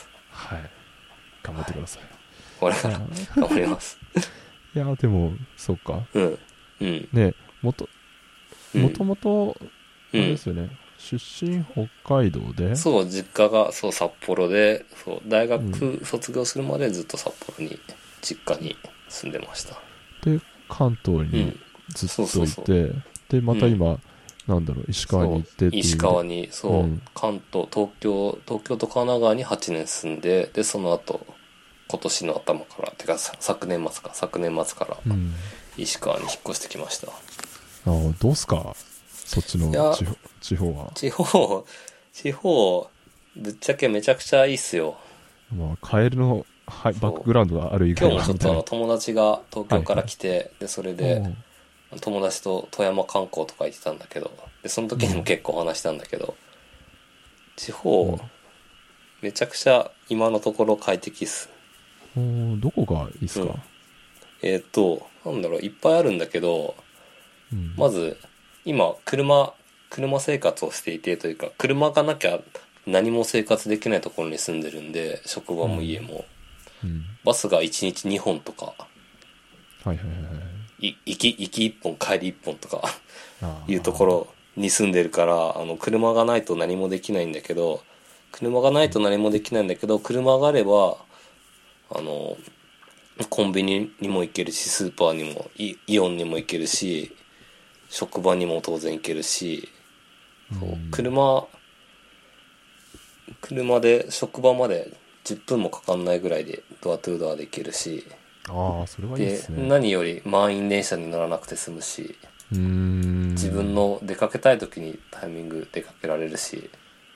B: はい、頑張ってください。
C: これから頑張ります。
B: いやでもそうか。ね、もともとあれですよね。出身北海道で、
C: そう、実家がそう札幌で、そう大学卒業するまでずっと札幌に実家に住んでました。
B: で関東にずっといて、でまた今、なんだろう、石川に行ってっていう。
C: 石川に関東東京と神奈川に8年住んで、でその後今年の頭からてか昨年末から石川に引っ越してきました。
B: どうすかそっちの地方は。
C: 地方ぶっちゃけめちゃくちゃいいっすよ。
B: カエルのバックグラウンドがある以外は。
C: 今日もちょっと友達が東京から来て、でそれで友達と富山観光とか行ってたんだけど、でその時にも結構話したんだけど、地方めちゃくちゃ今のところ快適っす。
B: どこがいいっすか。
C: なんだろう、いっぱいあるんだけど、まず今車生活をしていてというか、車がなきゃ何も生活できないところに住んでるんで、職場も家も、バスが1日2本とか、行き1本帰り1本とかいうところに住んでるから、車がないと何もできないんだけど、車があればコンビニにも行けるし、スーパーにもイオンにも行けるし、職場にも当然行けるし、車で職場まで10分もかかんないぐらいでドアトゥードアで行けるし、
B: それはいいですね。
C: で何より満員電車に乗らなくて済むし、自分の出かけたい時にタイミング出かけられるし、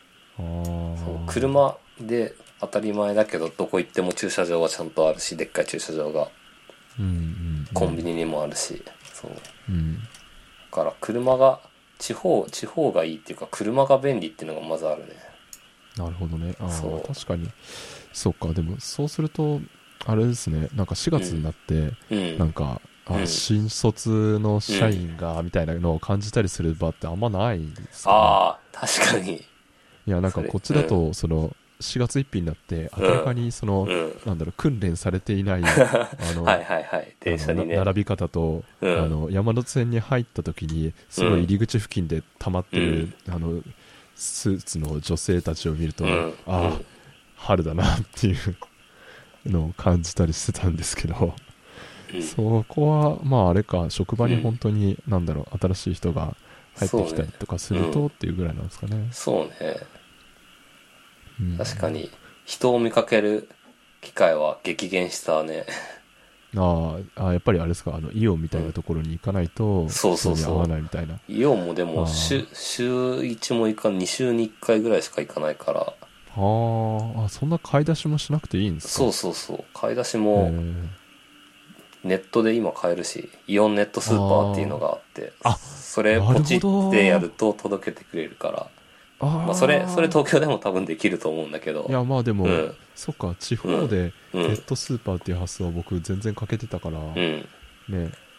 C: 車で当たり前だけどどこ行っても駐車場はちゃんとあるし、でっかい駐車場がコンビニにもあるし、だから車が地方がいいっていうか、車が便利っていうのがまずあるね。
B: なるほどね。確かにそうか。でもそうするとあれですね、なんか4月になって、なんか新卒の社員がみたいなのを感じたりする場ってあんまないですかね。
C: 確かに。
B: いやなんかこっちだとその4月1日になって明らかにその、なんだろう、訓練されていない
C: 電車にね、
B: 並び方と、山手線に入った時にすごい入り口付近で溜まってる、スーツの女性たちを見ると、春だなっていうのを感じたりしてたんですけど、そこはあれか、職場に本当に、なんだろう、新しい人が入ってきたりとかするとっていうぐらいなんですかね。
C: そうね、確かに人を見かける機会は激減したね。
B: やっぱりあれですか、イオンみたいなところに行かないと人に合わないみたいな。
C: イオンもでも週1も行かん、2週に1回ぐらいしか行かないから。
B: そんな買い出しもしなくていいんですか。
C: そう買い出しもネットで今買えるし、イオンネットスーパーっていうのがあって、それポチってやると届けてくれるから、それ東京でも多分できると思うんだけど。
B: いやでも、そっか、地方でネットスーパーっていう発想は僕全然欠けてたから、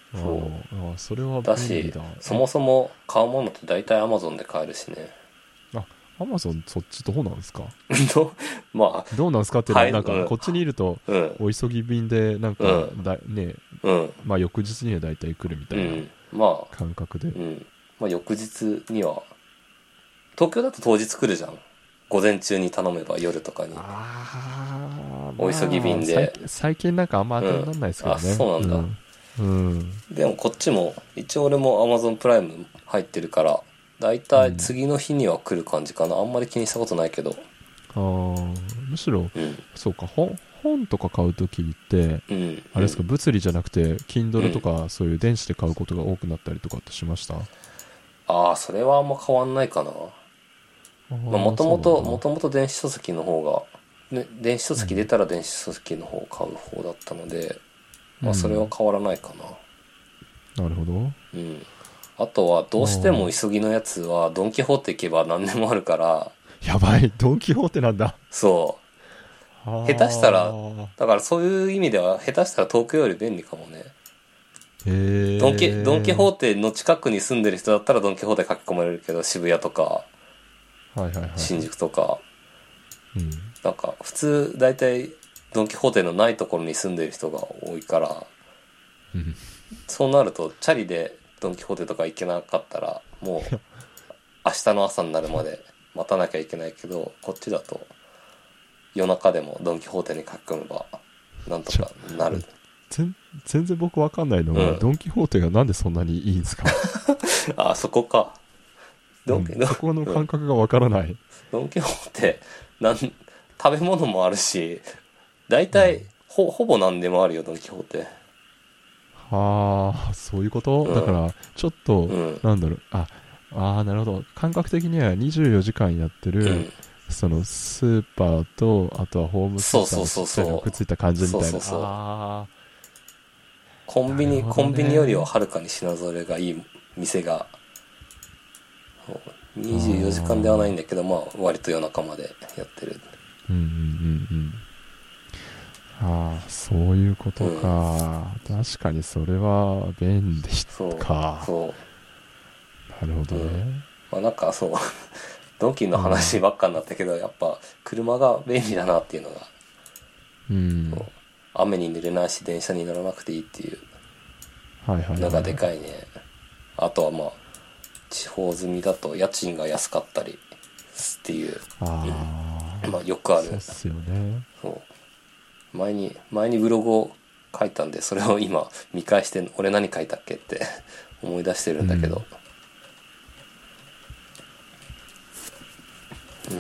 B: それは便利だ。
C: そもそも買うものって大体 Amazon で買えるしね。
B: アマゾンそっちどうなんですか？
C: ま
B: どうなんですかっていうのは、
C: はい
B: なんかこっちにいると、
C: あ、うん、
B: お急ぎ便で、なんかね、
C: うん、
B: まあ翌日には大体来るみたいな
C: うん、まあ、
B: 感覚で。
C: うん。まあ、翌日には、東京だと当日来るじゃん。午前中に頼めば夜とかに。
B: ああ、
C: お急ぎ
B: まあ、
C: 便で。
B: 最近なんかあんま当てに
C: うん。
B: ならないですけど
C: あ、
B: ね。
C: そうなんだ。
B: うん。うん。
C: でもこっちも、一応俺も Amazon プライム入ってるから、だいたい
B: うん。
C: 次の日には来る感じかな。あんまり気にしたことないけど。
B: ああ、むしろ、
C: うん。
B: そうか、本とか買うときって、
C: うん。
B: あれですか、物理じゃなくて、
C: う
B: Kindle と
C: ん。
B: か、そういう電子で買うことが多くなったりとかってしました？あ
C: ああ、それはあんま変わんないかな。
B: あ
C: まあ、も
B: ー、
C: ともと、
B: そうなんだ。
C: もともと電子書籍の方が、ね、電子書籍出
B: うん。
C: たら電子書籍の方を買う方だったので、まあそれは
B: うん。
C: 変わらないかな。
B: なるほど。
C: うん。あとは、どうしても
B: あ
C: 急ぎのやつは、ドン・キホーテ行けば何でもあるから、
B: あ、やばい、ドン・キホーテなんだ。
C: そ
B: あ
C: う。下手したら、
B: あ、
C: だからそういう意味では、下手したら東京より便利かもね。ドン・キホー
B: へえ。
C: テの近くに住んでる人だったらドン・キホーテ書き込まれるけど、渋谷とか、
B: はいはいはいはい。
C: 新宿とか、
B: うん。
C: なんか、普通、大体、ドン・キホーテのないところに住んでる人が多いから、
B: うん
C: そうなると、チャリでドン・キホーテとか行けなかったら、もう、明日の朝になるまで待たなきゃいけないけど、こっちだと、夜中でもドン・キホーテに書き込めば、なんとかなる。
B: 全然僕わかんないのは、
C: うん。
B: ドン・キホーテがなんでそんなにいいんですか？
C: あ、そこか。ドンキ、
B: うん、そこの感覚がわからない。
C: ドンキホーテ、食べ物もあるし、大体、
B: うん、
C: ほぼ何でもあるよ、ドンキホーテ。
B: ああ、そういうこと、
C: うん。
B: だから、ちょっと、
C: うん。
B: なんだろう、なるほど。感覚的には24時間やってる、
C: うん。
B: そのスーパーと、あとはホームセンター
C: そうそうそう
B: のしっかりの
C: そう。
B: くっついた感じみたいな。
C: そうそうそう。
B: ああ、なるほど
C: コンビニよりは
B: ね。
C: はるかに品揃えがいい店が、24時間ではないん
B: あ
C: だけど、まあ、割と夜中までやってる。
B: あ、うんうんうんうん。ああ、そういうこと
C: うん。
B: か。確かにそれは便利
C: そう、
B: か。
C: そ
B: なるほど
C: う。うん。
B: ね。
C: まあなんかそう、ドンキの
B: うん。
C: 話ばっかになったけど、やっぱ車が便利だなっていうのが、
B: うん。
C: そう、雨に濡れないし電車に乗らなくていいっていう
B: はいはい
C: のがで
B: はいはい。
C: かいね。あとはまあ、地方住みだと家賃が安かったりっていう、
B: ああ、
C: まあよくある。
B: そうっすよね。
C: そう前にブログを書いたんで、それを今見返して俺何書いたっけって思い出してる
B: うん。
C: んだけど、うん。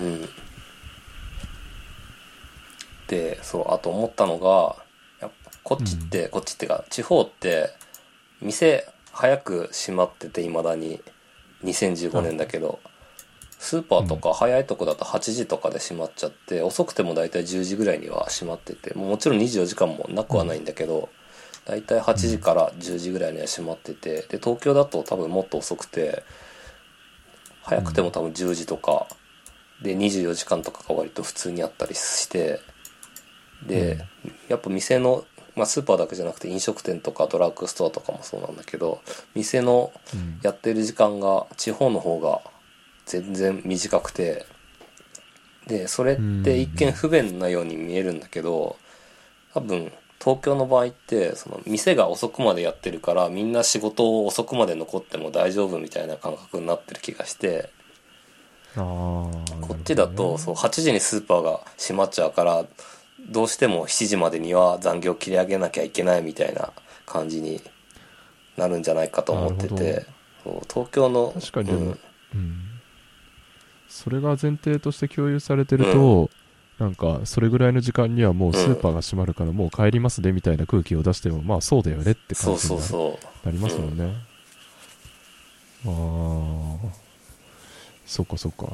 C: で、そう、あと思ったのが、やっぱ
B: うん。
C: こっちってか地方って店早く閉まってて、未だに2015
B: あ、
C: 年だけど、スーパーと
B: うん。
C: か早いとこだと8時とかで閉まっちゃって、遅くてもだいたい10時ぐらいには閉まってて、もちろん24時間もなく
B: うん。
C: はないんだけど、だいたい8時
B: うん。
C: から10時ぐらいには閉まってて、で東京だと多分もっと遅くて、早くても
B: うん。
C: 多分10時とかで24時間とかが割と普通にあったりして、で
B: うん。
C: やっぱ店の、まあ、スーパーだけじゃなくて飲食店とかドラッグストアとかもそうなんだけど、店の
B: うん。
C: やってる時間が地方の方が全然短くて、でそれっ
B: う
C: て一見
B: ん。
C: 不便なように見えるんだけど、多分東京の場合ってその店が遅くまでやってるから、みんな仕事を遅くまで残っても大丈夫みたいな感覚になってる気がして、
B: ああ、な
C: こっ
B: るほど
C: ちだとそう
B: ね。
C: 8時にスーパーが閉まっちゃうから、どうしても7時までには残業切り上げなきゃいけないみたいな感じになるんじゃないかと思っ
B: なるほど。
C: てて、そう東京の、
B: 確かにでも、
C: うん、
B: うん。それが前提として共有されて
C: うん、
B: ると、なんか、それぐらいの時間にはもう
C: うん、
B: スーパーが閉まるからもう帰りますねみたいな空気を出しても、まあそうだよねって感
C: そう
B: じに
C: そうそ
B: なりま
C: う、うん、
B: すもんね。ああ、そっかそっか。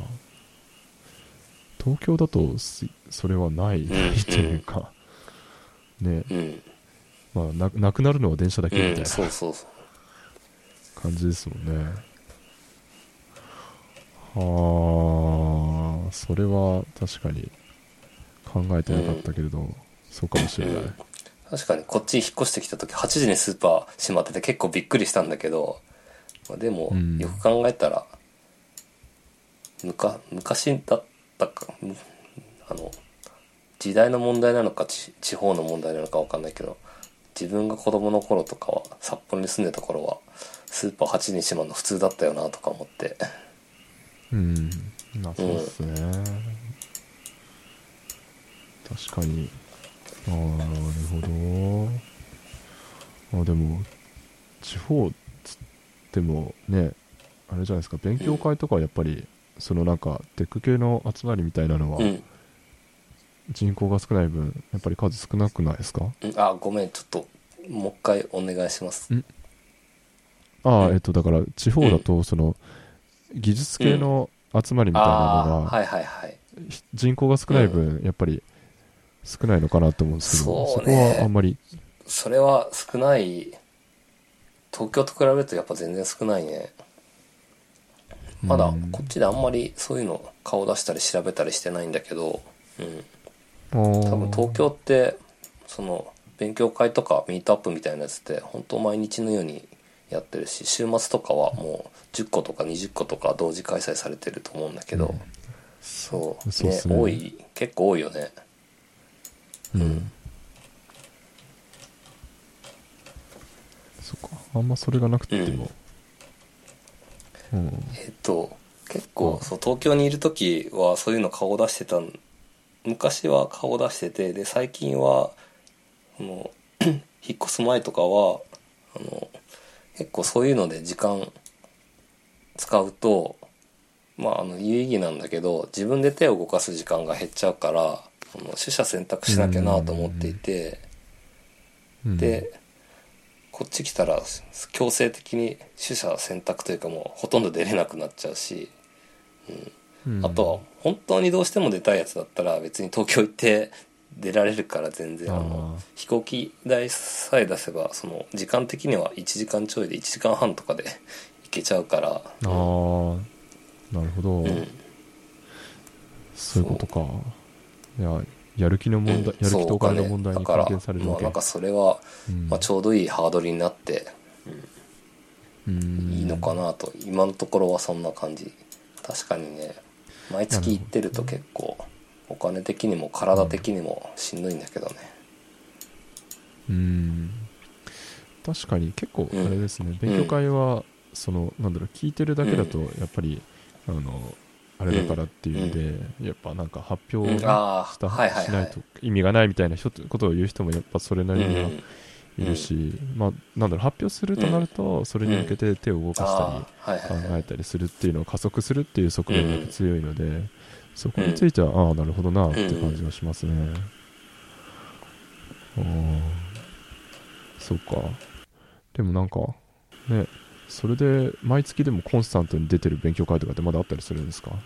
B: 東京だとそれはない、
C: うん、
B: ないというか、ね、
C: うん、うん、
B: まあなくなるのは電車だけみ
C: うん、
B: たいな
C: そうそうそう。
B: 感じですもんね。はあ、それは確かに考えてなかっ
C: うん、
B: たけれど、そうかもしれない。
C: うん。確かにこっち引っ越してきた時8時にスーパー閉まってて結構びっくりしたんだけど、まあでもよく
B: うん。
C: 考えたら昔だったか、時代の問題なのか地方の問題なのか分かんないけど、自分が子供の頃とかは札幌に住んでた頃はスーパー8時に閉まるの普通だったよなとか思って。
B: まあそうですね、確かに。なるほど。でも地方つってもね、あれじゃないですか、勉強会とかやっぱり、そのなんかテック系の集まりみたいなのは、人口が少ない分やっぱり数少なくないですか？
C: ごめん、ちょっともう一回お願いします。
B: だから地方だとその技術系の集まりみたいなのが、人口が少ない分やっぱり少ないのかなと思うんですけど、そこはあんまり。
C: それは少ない。東京と比べるとやっぱ全然少ないね。まだこっちであんまりそういうの顔出したり調べたりしてないんだけど、多分東京ってその勉強会とかミートアップみたいなやつって本当毎日のようにやってるし、週末とかはもう10個とか20個とか同時開催されてると思うんだけど、そうね、多い、結構多いよね。
B: そっか、あんまそれがなくても、
C: 結構そう東京にいる時はそういうの顔出してた。昔は顔出してて、で最近は引っ越す前とかは結構そういうので時間使うと、有意義なんだけど自分で手を動かす時間が減っちゃうから、取捨選択しなきゃなと思っていて、でこっち来たら強制的に取捨選択というかもうほとんど出れなくなっちゃうし、あとは本当にどうしても出たいやつだったら別に東京行って出られるから、全然飛行機代さえ出せばその時間的には1時間ちょいで1時間半とかで行けちゃうから。
B: なるほど、そういうことか。いや、やる気の問題、やる気とお金の問題に関係されるわけ。
C: なんかそれは、ちょうどいいハードルになって、いいのかなと今のところはそんな感じ。確かにね、毎月行ってると結構お金的にも体的にもしんどいんだけどね。
B: 確かに結構あれですね、勉強会はその聞いてるだけだとやっぱりあれだからっていうんで、やっぱなんか発表をしないと意味がないみたいなことを言う人もやっぱそれなりにはいるし、発表するとなるとそれに向けて手を動かしたり考えたりするっていうのを加速するっていう側面が強いので、そこについてはなるほどなって感じがしますね。そうか。でもなんかね、それで毎月でもコンスタントに出てる勉強会とかってまだあったりするんですか？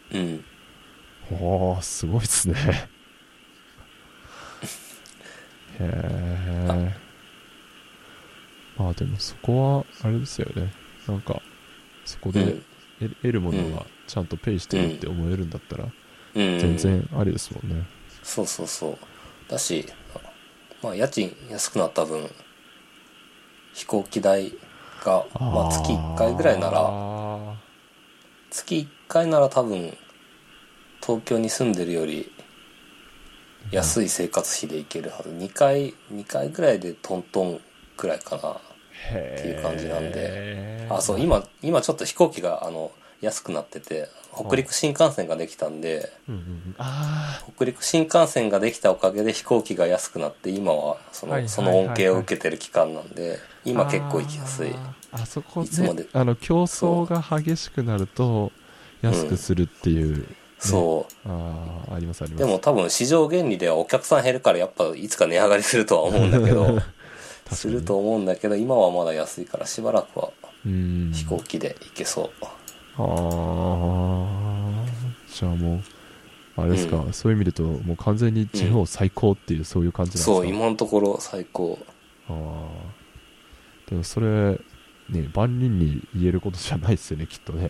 B: すごいですね。へえ。でもそこはあれですよね、なんかそこで得るものがちゃんとペイしてるって思えるんだったら全然ありですもんね。
C: そうだし、家賃安くなった分飛行機代が月1回ぐらいなら、月1回なら多分東京に住んでるより安い生活費で行けるはず。2回ぐらいでトントンくらいかなっていう感じなんで。そう、今ちょっと飛行機が安くなってて、北陸新幹線ができたんで、北陸新幹線ができたおかげで飛行機が安くなって、今はその恩恵を受けてる期間なんで、今結構行きやすい。
B: あそこね、競争が激しくなると安くするっていう、あります。
C: でも多分市場原理ではお客さん減るからやっぱいつか値上がりするとは思うんだけどすると思うんだけど、今はまだ安いからしばらくは飛行機で行けそう。
B: じゃあもうあれですか、そういう意味でともう完全に地方最高っていう、そういう感じなんですか？
C: そう、今のところ最高。
B: でもそれね、万人に言えることじゃないですよね、きっとね。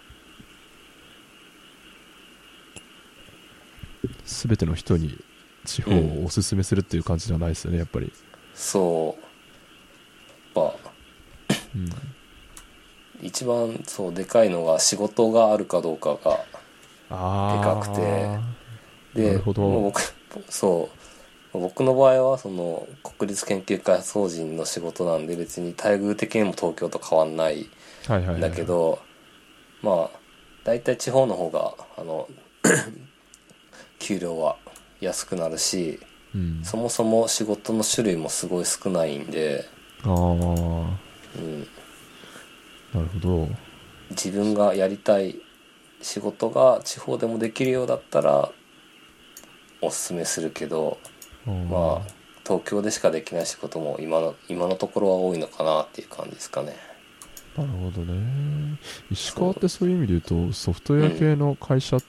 B: 全ての人に地方をおすすめするっていう感じじゃないですよね、やっぱり。
C: 一番でかいのが仕事があるかどうかが
B: あ
C: かくて、
B: あ、な
C: で
B: るほど。
C: もう僕の場合はその国立研究開発法人の仕事なんで別に待遇的にも東京と変わんないん
B: はいはいはいはい。
C: だけど、まあ大体地方の方が給料は安くなるし、
B: うん。
C: そもそも仕事の種類もすごい少ないんで、
B: ああ、
C: うん、
B: なるほど。
C: 自分がやりたい仕事が地方でもできるようだったらおすすめするけど、
B: あー、
C: まあ東京でしかできない仕事も今のところは多いのかなっていう感じですかね。
B: なるほどね。石
C: そう、
B: 川ってそういう意味で言うと、ソフトウェア
C: うん、
B: 系の会社って、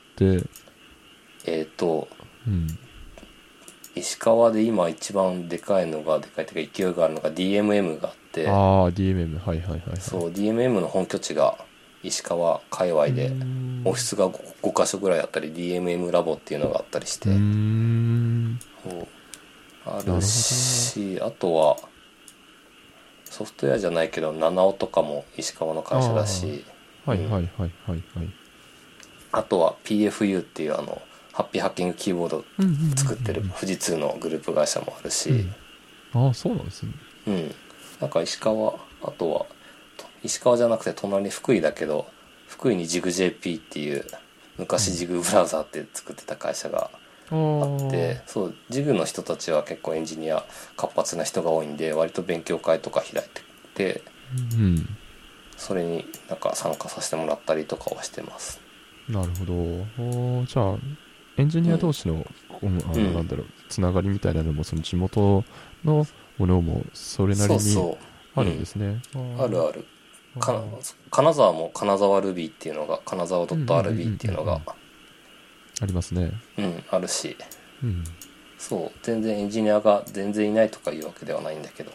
B: うん。
C: 石川で今一番でかいというか勢いがあるのが DMM があって、
B: ああ、DMM、はいはいはいはい。
C: そう DMM の本拠地が石川界隈
B: うー
C: で
B: ん。
C: オフィスが5カ所ぐらいあったり DMM ラボっていうのがあったりし
B: うー
C: て、
B: ん。
C: そうある
B: なるほど。
C: し、あとはソフトウェアじゃないけど七尾とかも石川の
B: あ
C: 会社だし、
B: あ、は
C: うん、
B: いはいはいはいはい。
C: あとは PFU っていうハッピーハッキングキーボード
B: うんうんうんうんうん。
C: 作ってる富士通のグループ会社もあるし、
B: ああ、そうなんですね。
C: うん、なんかあとは石川じゃなくて隣福井だけど、福井にジグ JP っていう昔ジグブラウザーって作ってた会社が
B: あ
C: あっ
B: あ、
C: て、そうジグの人たちは結構エンジニア活発な人が多いんで割と勉強会とか開いてて、
B: うん。
C: それになんか参加させてもらったりとかはしてます。
B: なるほど。じゃあ、エンジニア同士の、
C: うん
B: なんだろう、つながりみたいなのも、その地元のものも、それなりに
C: そうそう、
B: あ
C: うん、
B: るんですね。
C: あるある。
B: あ
C: か
B: ー、
C: 金沢も金沢 Ruby っていうのが金沢
B: うんうんうんうん
C: .rb っていうのが、
B: うん。ありますね。
C: あるし、
B: うん。
C: そう全然エンジニアが全然いないとかいうわけではないんだけど、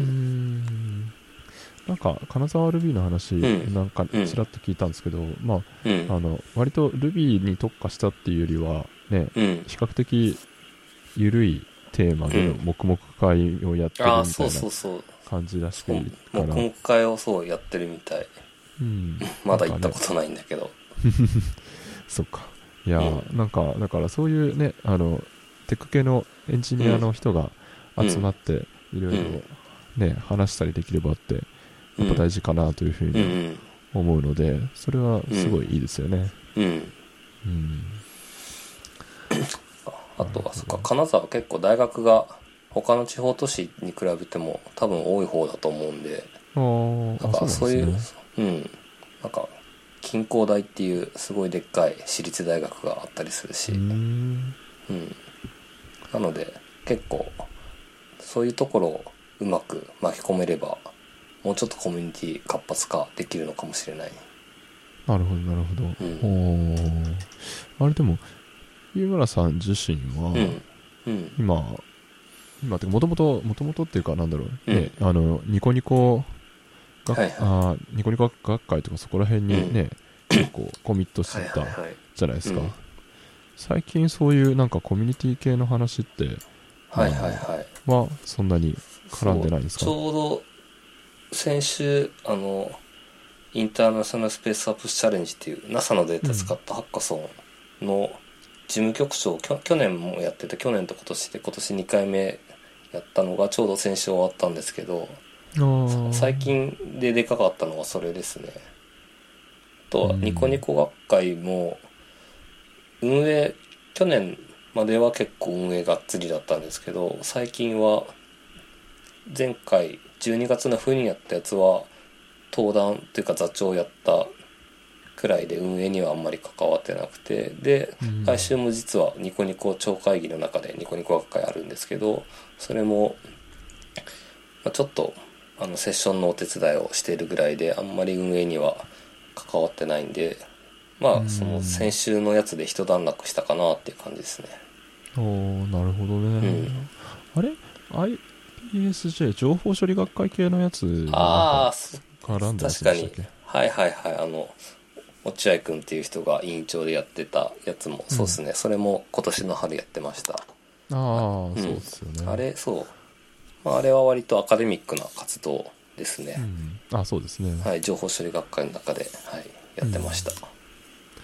B: なんか、金沢 Ruby の話、
C: うん
B: なんか、
C: うん
B: ちらっと聞いたんですけど、ま
C: うん
B: あ、割と Ruby に特化したっていうよりは、ね、
C: うん
B: 比較的緩いテーマでの
C: うん
B: 黙々会をやってる
C: ああそう
B: みたいな
C: そうそう、
B: 感じらし
C: そう
B: いから、
C: もう今回をそうやってるみたい。
B: うん、
C: まだ行
B: なんかね、
C: ったことないんだけど、
B: そっか。いや
C: うん
B: ー、なんか、だからそういうね、テック系のエンジニアの人が集まって、いろいろね、話したりできればって、やっぱ大事かなというふうに
C: うん
B: 思うので、それはすごいいいですよね。
C: うん
B: うん。
C: あとはそっか、金沢結構大学が他の地方都市に比べても多分多い方だと思うんで、なんか
B: そうなんですね。
C: なんか近工大っていうすごいでっかい私立大学があったりするし、なので結構そういうところをうまく巻き込めればもうちょっとコミュニティ活発化できるのかもしれない。
B: なるほど、なるほど。あれでも、湯村さん自身は、今ってもともとっていうか、なんだろう、ね、ニコニコニコニコ学会とかそこら辺にね、結構コミットしてたじゃないですか。最近そういうなんかコミュニティ系の話って、はそんなに絡んでないんですか？
C: ちょうど先週インターナショナルスペースアップスチャレンジっていう NASA のデータ使ったハッカソンの事務局長、去年もやってて、去年と今年で今年2回目やったのがちょうど先週終わったんですけど、最近でかかったのはそれですね。あとはニコニコ学会も去年までは結構運営がっつりだったんですけど、最近は前回12月の冬にやったやつは登壇というか座長をやったくらいで運営にはあんまり関わってなくて、で来週も実はニコニコ超会議の中でニコニコ学会あるんですけど、それもちょっとセッションのお手伝いをしているぐらいであんまり運営には関わってないんで、その先週のやつで一段落したかなっていう感じですね。
B: なるほどね。あれ IPSJ 情報処理学会系のやつ絡んでましたっけ？
C: 確かに、落合くんっていう人が委員長でやってたやつも、そうですね、それも今年の春やってました。
B: そうですよね。
C: あれあれは割とアカデミックな活動ですね。
B: そうですね。
C: はい、情報処理学会の中で、やってました。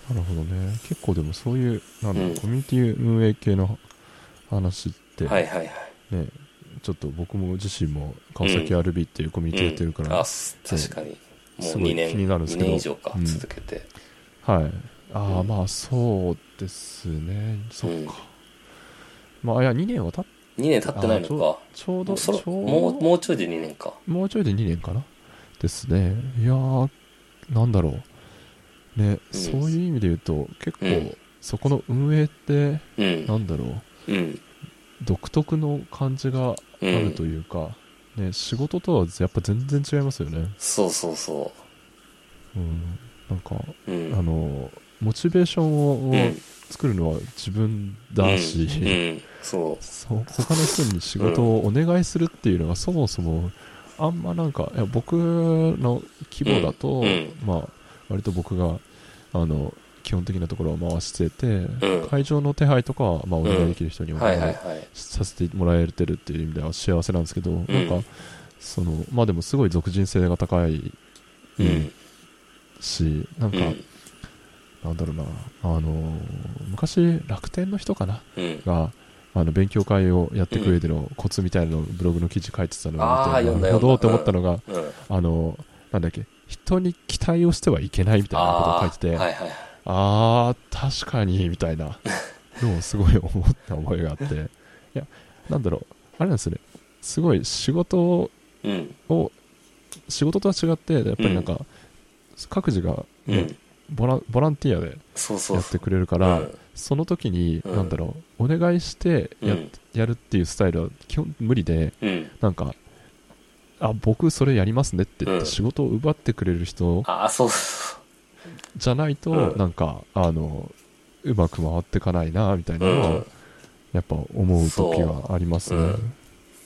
B: なるほどね。結構でもそういう、なんだろう、
C: うん
B: コミュニティ運営系の話って、
C: はいはいはい。
B: ね、ちょっと僕も自身も川崎
C: うん。
B: RB っていうコミュニティやってるから、
C: 確かに。もう
B: すごい気になるんですけ
C: 2年以
B: ど、
C: 上か、
B: うん。
C: 続けて。
B: はい。ああ、
C: うん。
B: まあそうですね。
C: うん。
B: そっか。まあ、いや、2年は経っ
C: 2年経
B: て、
C: ってないのか。
B: ちょうど、ち
C: もうちょいで2年か。
B: もうちょいで2年かなですね。いやー、なんだろう。ね、
C: うん。
B: そういう意味で言うと、結
C: うん。
B: 構、そこの運営って、
C: うん。
B: なんだろう。
C: うん。
B: 独特の感じがある
C: うん。
B: というか、ね、仕事とはやっぱ全然違いますよね。
C: そうそうそ
B: うん。なんか、
C: う。うん。
B: モチベーションを
C: うん。
B: 作るのは自分
C: うん。
B: だし、
C: うん。そ
B: 他の人に仕
C: う。うん。
B: 事をお願いするっていうのがそもそも、あんまなんか、いや僕の規模だ
C: うん。う
B: と、
C: ん。
B: まあ、割と僕が、あの、基本的なところを回してて、
C: うん。
B: 会場の手配とかは、まあ、お願いで
C: うん。
B: きる人にお
C: はい
B: 願い
C: はいはい。
B: させてもらえてるっていう意味では幸せなんですけど、なんか、
C: うん。
B: まあでもすごい属人性が高い
C: うん。
B: し、なんか、
C: うん。
B: なんだろうな、昔、楽天の人かな
C: うん。
B: が、勉強会をやっ
C: うん。
B: ていく上でのコツみたいなのをブログの記事書いてたのを見て、
C: ああ、読ん
B: なる
C: だ読んだ。
B: ほどって思ったのが、
C: うん。うん。
B: なんだっけ、人に期待をしてはいけないみたいなことを書いて
C: ああ、
B: て、
C: はいはい。
B: あー、確かに、みたいなのをすごい思った覚えがあって、いや、なんだろう、あれなんですよね、すごい
C: うん。
B: を、仕事とは違って、やっぱ
C: うん。
B: りなんか、各自がね、
C: うん。
B: ボランティアで
C: そうそうそ
B: やってくれるか
C: う。う
B: ら、
C: ん。
B: その時に、
C: うん。
B: なんだろう、お願いして
C: うん。
B: やるっていうスタイルは基本無理で、
C: うん。
B: なんか、僕それやりますねって言って
C: うん。
B: 仕事を奪ってくれる人
C: ああ、そうそ
B: じゃない
C: う。う
B: と、
C: ん。
B: なんか、うまく回っていかないな、みたいなのは、
C: うん。
B: やっぱ思う時
C: そ
B: はあります
C: う。う
B: ね。
C: ん。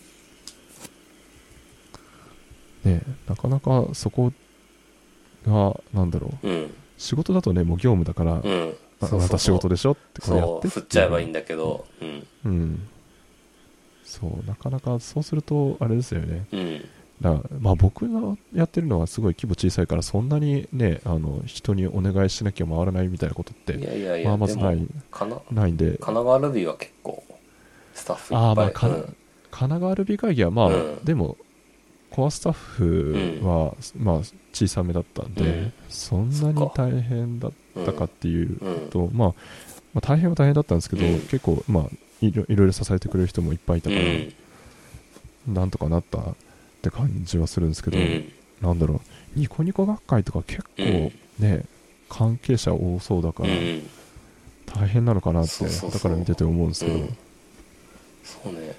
B: ね、なかなかそこが、なんだろう、
C: うん。
B: 仕事だとね、もう業務だから、
C: うん。
B: あ
C: そう
B: なた仕事
C: そうそう。
B: でしょってこれやっ
C: そう、
B: てっ
C: 振っ
B: ていう風に。
C: ちゃえばいいんだけど、うん。
B: うん。そう、なかなかそうすると、あれですよね。
C: うん。
B: まあ僕がやってるのはすごい規模小さいから、そんなにね、人にお願いしなきゃ回らないみたいなことって、
C: いやいやいや、
B: まあま
C: でも、
B: ずないんで、
C: 神奈川ルビーは結構、スタッフいっ
B: ああ、まあ、
C: ぱい。うん。
B: 神奈川ルビー会議はまあ、
C: うん。
B: でも、コアスタッ
C: うん。
B: フは、まあ、小さめだったんで、
C: うん。
B: そんなに
C: そっか。
B: 大変だったか
C: うん。
B: っていう
C: うん。
B: と、まあ大変は大変だったんですけど、
C: うん。
B: 結構、まあ、いろいろ支えてくれる人もいっぱいいたから、
C: うん。
B: なんとかなったって感じはするんですけど、
C: うん。
B: なんだろう、ニコニコ学会とか結構
C: うん。
B: ね、関係者多そうだから
C: うん。
B: 大変なのかなって、
C: そうそう
B: だから見てて思うんです
C: そう。
B: けど、
C: うん。そうね。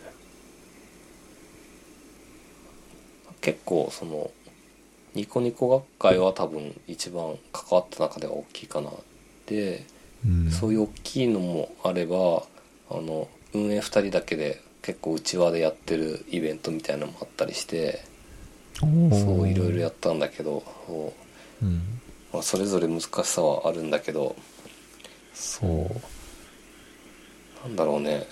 C: 結構、ニコニコ学会は多分一番関わった中では大きいかな。で、
B: うん。
C: そういう大きいのもあれば、運営2人だけで結構内輪でやってるイベントみたいなのもあったりして、
B: お
C: そういろいろ
B: ー、
C: やったんだけど、そう、
B: うん。
C: まあ、それぞれ難しさはあるんだけど、そ
B: おー、
C: う、なんだろうね。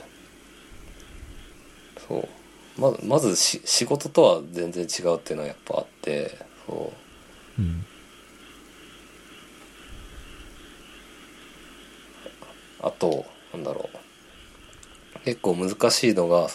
C: そう。まず仕事とは全然違うっていうのはやっぱあって、そう。
B: うん。
C: あと、なんだろう。結構難しいのが、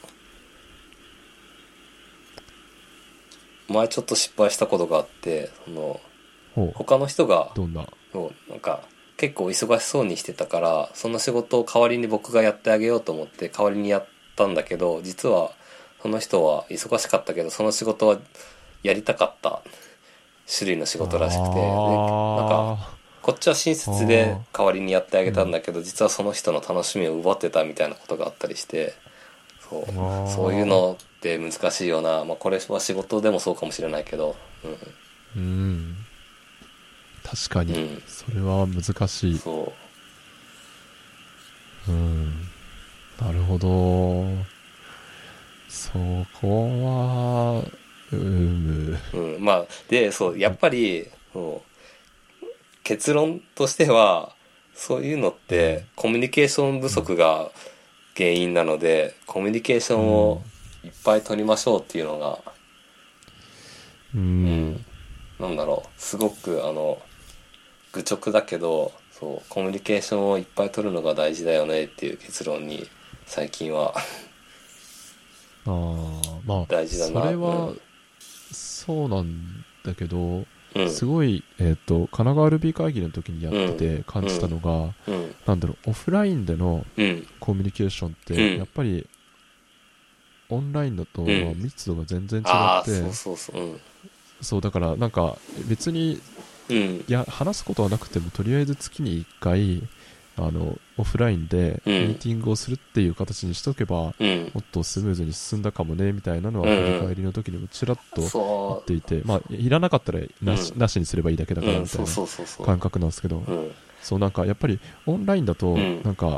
C: 前ちょっと失敗したことがあって、
B: ほう、
C: 他の人が、
B: どんな、
C: なんか、結構忙しそうにしてたから、その仕事を代わりに僕がやってあげようと思って代わりにやったんだけど、実は、その人は忙しかったけど、その仕事はやりたかった種類の仕事らしくて、で、なんか、
B: あ
C: こっちは親
B: ー、
C: 切で
B: あ
C: 代わりにやってあ
B: ー、うん。
C: げたんだけど、実はその人の楽しみを奪ってたみたいなことがあったりして、そういう
B: あ
C: のって難しいよな。まあこれは仕事でもそうかもしれないけど、
B: ー、うん。確かに、
C: うん。
B: それは難しい。
C: そ
B: うん。なるほど。そこは、
C: う。うん。まあ、で、そう、やっぱり、結論としては、そういうのっ
B: うん。
C: てコミュニケーション不
B: うん。
C: 足が原因なので、コミュニケーショ
B: う
C: ンを
B: ん。
C: いっぱい取りましょうっていうのが、
B: う
C: うん。
B: ん。
C: なんだろう、すごく愚直だけど、 そうコミュニケーションをいっぱい取るのが大事だよねっていう結論に最近は
B: ああ、まあ、
C: 大事だな。
B: それは、そうなんだけど、
C: うん、
B: すごい、神奈川 Ruby 会議の時にやってて感じたのが、
C: うん、
B: なんだろう、オフラインでの
C: うん、
B: コミュニケーションっ
C: うん
B: て、やっぱり、オンラインだと
C: うん、
B: 密度が全然違
C: ああ、
B: って、
C: そうそうそう、うん、
B: そう、だからなんか別に、
C: うん、
B: 話すことはなくても、とりあえず月に1回、オフラインで
C: うん、
B: ミーティングをするっていう形にしておけば、
C: うん、
B: もっとスムーズに進んだかもね、みたいなのは
C: うん、
B: 振り返りの時にもちらっと言
C: そ
B: っていて、まあ、いらなかったらなしにすればいいだけだ
C: う、
B: から、
C: うん、
B: みたいな
C: そうそうそうそう、
B: 感覚なんですけど、
C: うん、
B: そう、なんかやっぱりオンラインだと、
C: うん、
B: なんか、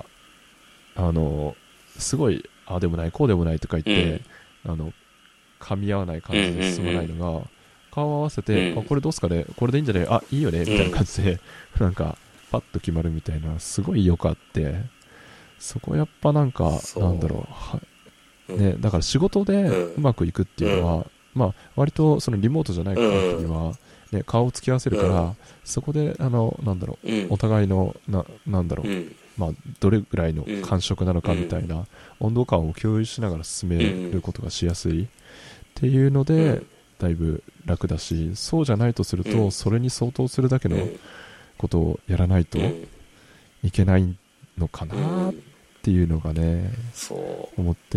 B: すごい、ああでもない、こうでもないとか言って、噛み合わない感じで進まないのが、顔を合わせて、
C: うん、
B: あ、これどうすかね、これでいいんじゃない、あ、いいよね、みたいな感じで、なんか、パッと決まるみたいな、すごい良かって、そこやっぱなんか、なんだろう、ね、だから仕事でうまくいくっていうのは、まあ、割とそのリモートじゃない時には、ね、顔を突き合わせるから、そこで、なんだろう、お互いの、なんだろう、まあ、どれぐらいの感触なのかみたいな、温度感を共有しながら進めることがしやすいっていうので、だいぶ楽だし、そうじゃないとすると、それに相当するだけのことをやらないといけないのかなっていうのがね、思って、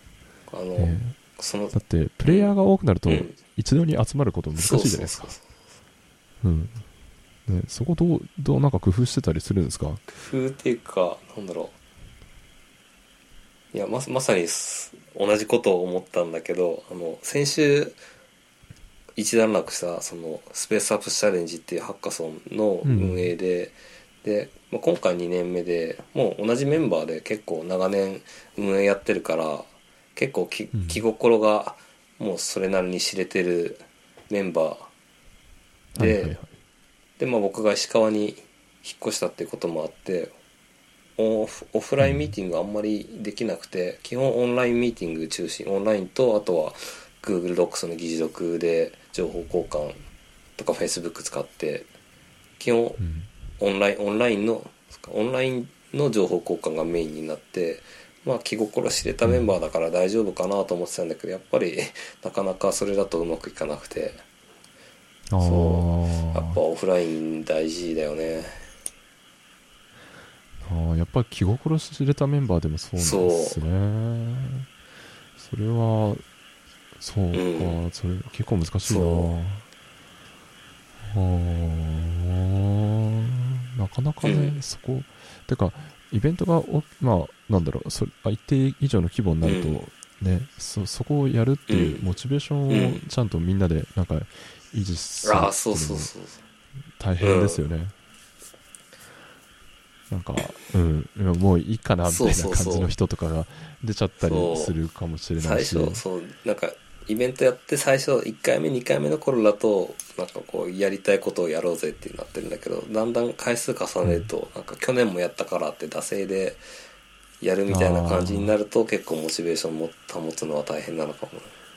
B: だってプレイヤーが多くなると一度に集まること難しいじゃないですか。ね、そこどうなんか工夫してたりするんですか？
C: 工夫っていうか、なんだろう、いや、まさに同じことを思ったんだけど、先週一段落したそのスペースアップチャレンジっていうハッカソンの運営で、まあ、今回2年目でもう同じメンバーで結構長年運営やってるから、結構気心がもうそれなりに知れてるメンバーで、で、まあ、僕が石川に引っ越したっていうこともあって、オフラインミーティングあんまりできなくて、基本オンラインミーティング中心、オンラインと、あとは Google Docs の議事録で情報交換とか Facebook 使って、基本オンラインの情報交換がメインになって、まあ気心知れたメンバーだから大丈夫かなと思ってたんだけど、やっぱりなかなかそれだとうまくいかなくて、そうやっぱオフライン大事だよね。
B: やっぱり気心知れたメンバーでもそうなんですね。それはそうか、それ結構難しいな。なかなかね、そこてかイベントがまあなんだろう、一定以上の規模になるとね、そこをやるっていうモチベーションをちゃんとみんなでなんか維持するっていうのも大変ですよね。なんか、もういいかなみたいな感じの人とかが出ちゃったりするかもしれないし、
C: 最初なんかイベントやって最初1回目2回目の頃だとなんかこうやりたいことをやろうぜってなってるんだけど、だんだん回数重ねると、なんか去年もやったからって惰性でやるみたいな感じになると、結構モチベーションも保つのは大変なのか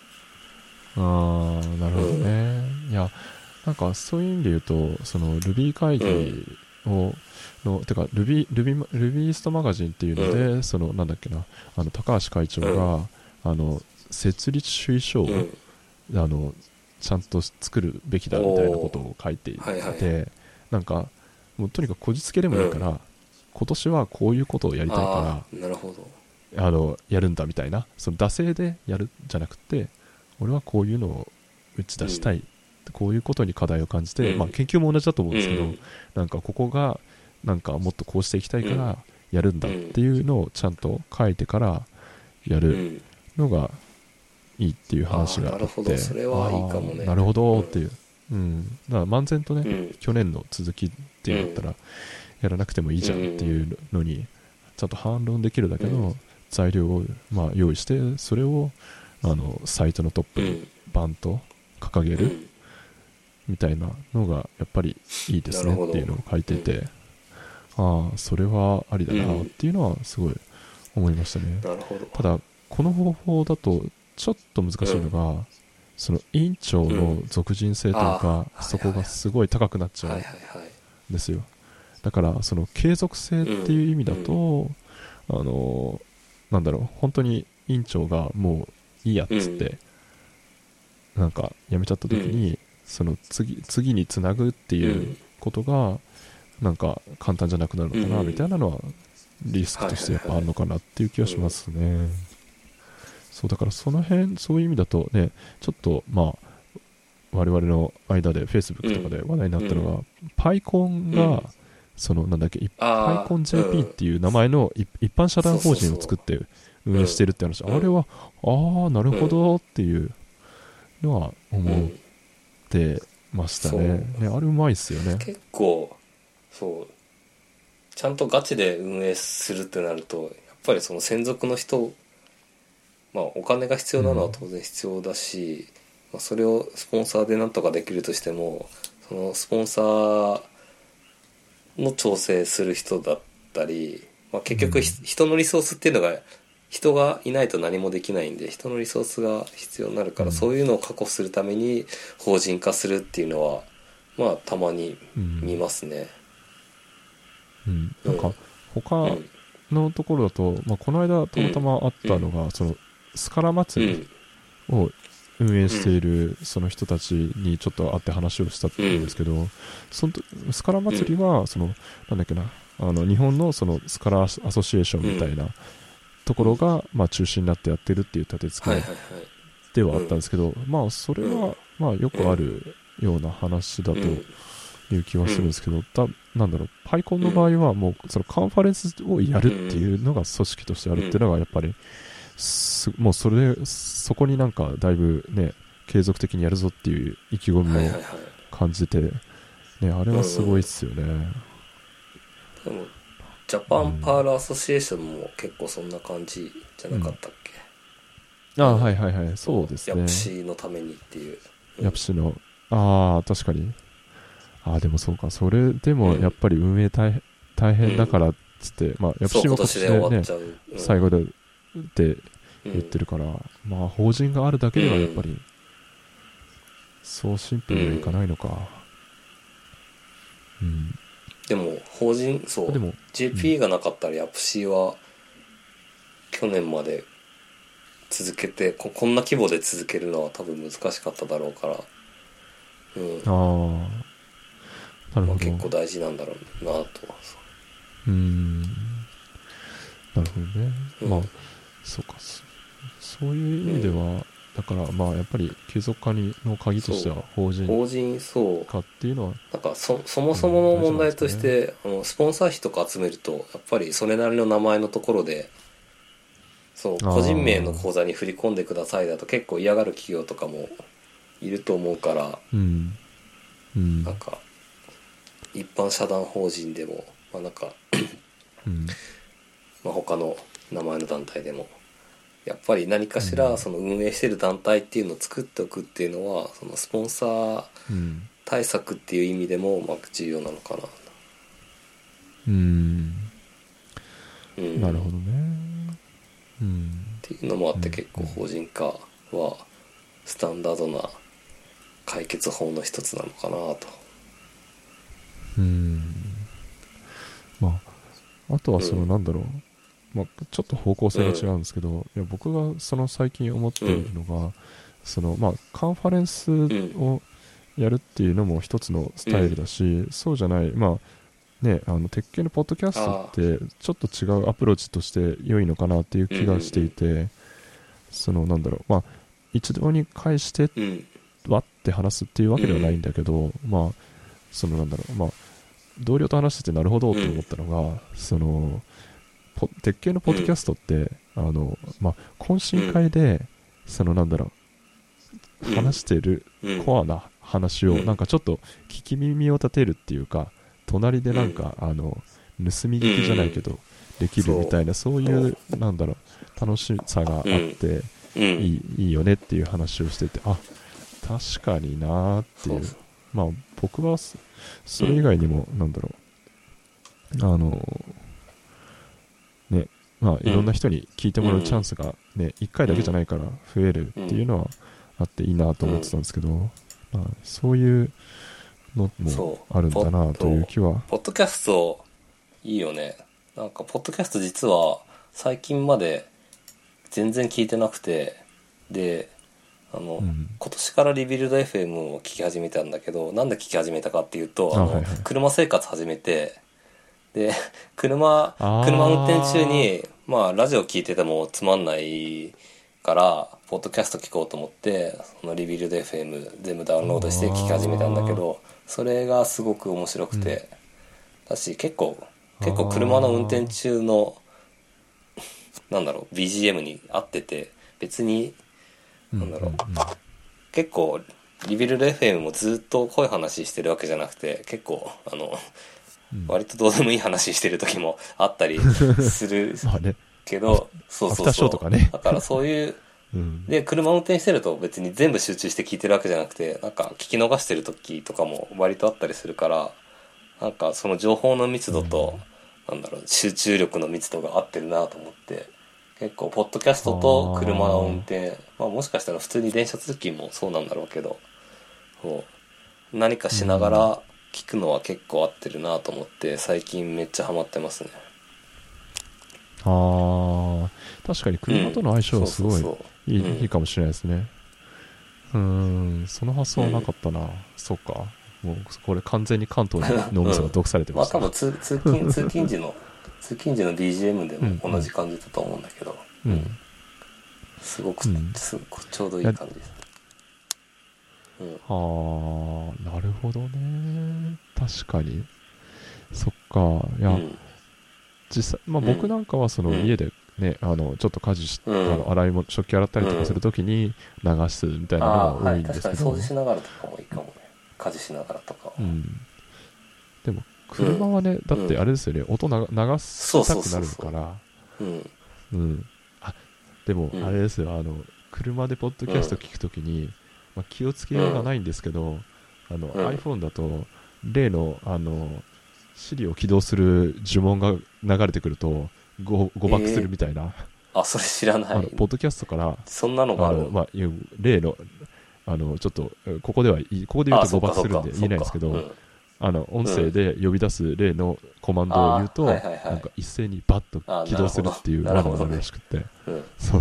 C: も。
B: なるほどね。いや、なんかそういう意味で言うと、その Ruby 会議を、てか Rubyist マガジンっていうので、そのなんだっけな、高橋会長が、設立主義書を、ちゃんと作るべきだみたいなことを書いていて、なんかもうとにかくこじつけでもいいから、今年はこういうことをやりたいから、
C: なるほど、
B: やるんだみたいな、その惰性でやるじゃなくて、俺はこういうのを打ち出したい、こういうことに課題を感じて、まあ研究も同じだと思うんですけど、なんかここがなんかもっとこうしていきたいからやるんだっていうのをちゃんと書いてからやるのがいいっていう話があって、
C: なるほど、それはいいかもね。
B: なるほどっていう、だから漫然とね、去年の続きっていうんだったらやらなくてもいいじゃんっていうのにちゃんと反論できるだけの材料をまあ用意して、それをサイトのトップにバンと掲げるみたいなのがやっぱりいいですねっていうのを書いていて、それはありだなっていうのはすごい思いましたね。
C: なるほど。
B: ただこの方法だとちょっと難しいのが、その委員長の属人性というか、そこがすごい高くなっちゃうんですよ。 だからその継続性っていう意味だと、なんだろう、本当に院長がもういいやっつって、なんかやめちゃった時に、その次につなぐっていうことがなんか簡単じゃなくなるのかなみたいなのはリスクとしてやっぱあるのかなっていう気がしますね。そうだからその辺、そういう意味だとね、ちょっとまあ我々の間で Facebook とかで話題になったのが、パイコンがそのなんだっけ、パイコン JP っていう名前の一般社団法人を作って運営してるって話、あれはなるほどっていうのは思ってましたね。ね、あれうまいっすよね。
C: 結構そうちゃんとガチで運営するってなると、やっぱりその専属の人、まあお金が必要なのは当然必要だし、まあ、それをスポンサーでなんとかできるとしても、そのスポンサーの調整する人だったり、まあ、結局人のリソースっていうのが、人がいないと何もできないんで、人のリソースが必要になるから、そういうのを確保するために法人化するっていうのはまあたまに見ますね。
B: なんか他のところだと、まあ、この間たまたまあったのが、そのスカラ祭りを運営しているその人たちにちょっと会って話をしたんですけど、そのスカラ祭りはそのなんだっけな、日本のそのスカラアソシエーションみたいなところがまあ中心になってやってるっていう立て付けではあったんですけど、まあそれはまあよくあるような話だという気はするんですけど、なんだろう、パイコンの場合はもうそのカンファレンスをやるっていうのが組織としてあるっていうのがやっぱりもうそこになんかだいぶね継続的にやるぞっていう意気込みを感じて、ね、あれはすごいっすよね。
C: でもジャパンパールアソシエーションも結構そんな感じじゃなかったっけ？
B: はいはいはい、そうですね。
C: ヤプシのためにっていう。
B: ヤプシの確かに。でもそうか、それでもやっぱり運営大変だからっつって、まあヤプシも今年でね、最後でって言ってるから、まあ法人があるだけではやっぱりそうシンプルにはいかないのか。
C: でも法人でも JP がなかったらヤプシは去年まで続けてこんな規模で続けるのは多分難しかっただろうから、
B: なるほど。
C: 結構大事なんだろうなとは。
B: なるほどね。まあそうか、そういう意味では、だからまあやっぱり継続化の鍵としては法人化っていうのは
C: なんかそもそもの問題として、スポンサー費とか集めるとやっぱりそれなりの名前のところで個人名の口座に振り込んでくださいだと結構嫌がる企業とかもいると思うから、なんか一般社団法人でも、まあなんかまあ他の名前の団体でもやっぱり何かしらその運営してる団体っていうのを作っておくっていうのは、そのスポンサー対策っていう意味でもまあ重要なのかな。
B: なるほどね。
C: っていうのもあって結構法人化はスタンダードな解決法の一つなのかなと。
B: まああとはそのなんだろう、まあ、ちょっと方向性が違うんですけど、いや僕がその最近思っているのが、そのまあカンファレンスをやるっていうのも一つのスタイルだし、そうじゃない、まあね、鉄拳のポッドキャストってちょっと違うアプローチとして良いのかなっていう気がしていて、そのなんだろう、まあ一度に返してわって話すっていうわけではないんだけど、まあそのなんだろう、まあ同僚と話しててなるほどと思ったのが、その鉄拳のポッドキャストって、まあ、懇親会で、そのなんだろう、話しているコアな話を、なんかちょっと聞き耳を立てるっていうか、隣でなんか、盗み聞きじゃないけど、できるみたいな、そういう、なんだろう、楽しさがあって、いいよねっていう話をしてて、確かになーっていう。まあ、僕は、それ以外にも、なんだろう、ね、まあ、いろんな人に聞いてもらうチャンスがね、1回だけじゃないから増えるっていうのはあっていいなと思ってたんですけど、まあ、そういうのも
C: そ
B: あるんだなという気は。
C: ポッドキャストいいよね。なんかポッドキャスト実は最近まで全然聞いてなくて、で今年からリビルド FM を聞き始めたんだけど、なんで聞き始めたかっていうと
B: はいはい、
C: 車生活始めて、で車運転中にまあラジオ聞いててもつまんないからポッドキャスト聞こうと思って、そのリビルド FM 全部ダウンロードして聞き始めたんだけど、それがすごく面白くて、だし結構車の運転中のなんだろう BGM に合ってて、別になんだろう、結構リビルド FM もずっと濃い話してるわけじゃなくて、結構割とどうでもいい話してる時もあったりするけど
B: そうそうそう、とかね、
C: だからそういうで車運転してると別に全部集中して聞いてるわけじゃなくて、なんか聞き逃してる時とかも割とあったりするから、なんかその情報の密度と、なんだろう、集中力の密度が合ってるなと思って、結構ポッドキャストと車運転、まあもしかしたら普通に電車通勤もそうなんだろうけど、何かしながら聞くのは結構合ってるなと思って、最近めっちゃハマってますね。
B: 確かに車との相性はすごいいいかもしれないですね。その発想はなかったな。そっか。もうこれ完全に関東に脳みそが毒されてました。
C: まあ多分通勤時のBGM でも同じ感じだと思うんだけど、すごくちょうどいい感じです。
B: なるほどね。確かに。そっか。いや、実際、まあ僕なんかはその家でね、ちょっと家事洗い物、食器洗ったりとかするときに流すみたいなのが多いんですけど。
C: 確かに掃除しながらとかもいいかもね。家事しながらとか。
B: でも車はね、だってあれですよね、音流したくなるから。でもあれですよ、車でポッドキャスト聞くときに、まあ、気をつけようがないんですけど、iPhone だと例のSiri を起動する呪文が流れてくると誤爆するみたいな、
C: それ知らない。
B: ポッドキャストから
C: そんなのがある。
B: まあ、例のちょっっとここで言うと誤爆するんで言えないんですけど、音声で呼び出す例のコマンドを言うと、なんか一斉にバッと起動するっていう罠があるらしくて、そう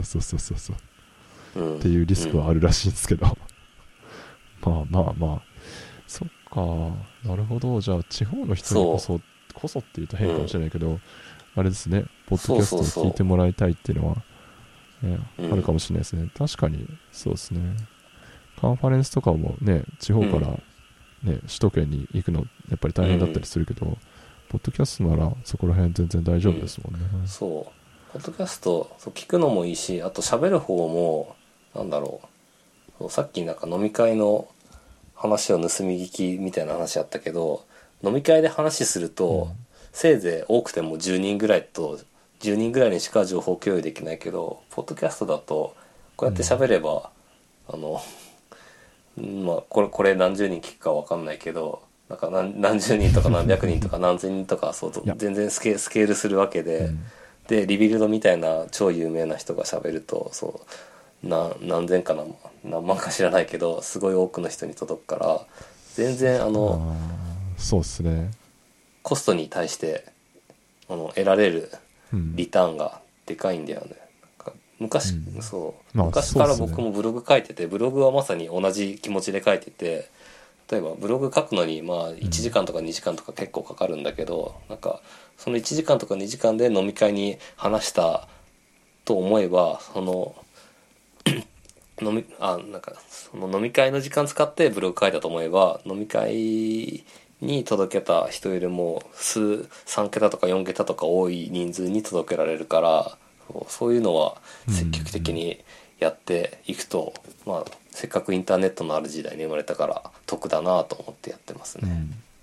B: っていうリスクはあるらしいんですけど、まあそっか、なるほど。じゃあ地方の人にこそっていうと変かもしれないけど、あれですね、ポッドキャストを聞いてもらいたいっていうのはあるかもしれないですね。確かにそうですね。カンファレンスとかもね、地方から首都圏に行くのやっぱり大変だったりするけど、ポッドキャストならそこら辺全然大丈夫ですもんね。
C: そうポッドキャスト聞くのもいいし、あと喋る方もなんだろう、さっきなんか飲み会の話を盗み聞きみたいな話あったけど、飲み会で話すると、せいぜい多くても10人ぐらいにしか情報共有できないけど、ポッドキャストだとこうやって喋れば、まあこれ何十人聞くか分かんないけど、なんか何十人とか何百人とか何千人とか全然スケールするわけで、でリビルドみたいな超有名な人が喋ると、何千か何万か知らないけどすごい多くの人に届くから、全然
B: そうですね、
C: コストに対して得られるリターンがでかいんだよね。昔から僕もブログ書いてて、ブログはまさに同じ気持ちで書いてて、例えばブログ書くのにまあ1時間とか2時間とか結構かかるんだけど、なんかその1時間とか2時間で飲み会に話したと思えば、なんかその飲み会の時間使ってブログ書いたと思えば、飲み会に届けた人よりも3桁とか4桁とか多い人数に届けられるから、そういうのは積極的にやっていくと、まあせっかくインターネットのある時代に生まれたから得だなと思ってやってますね。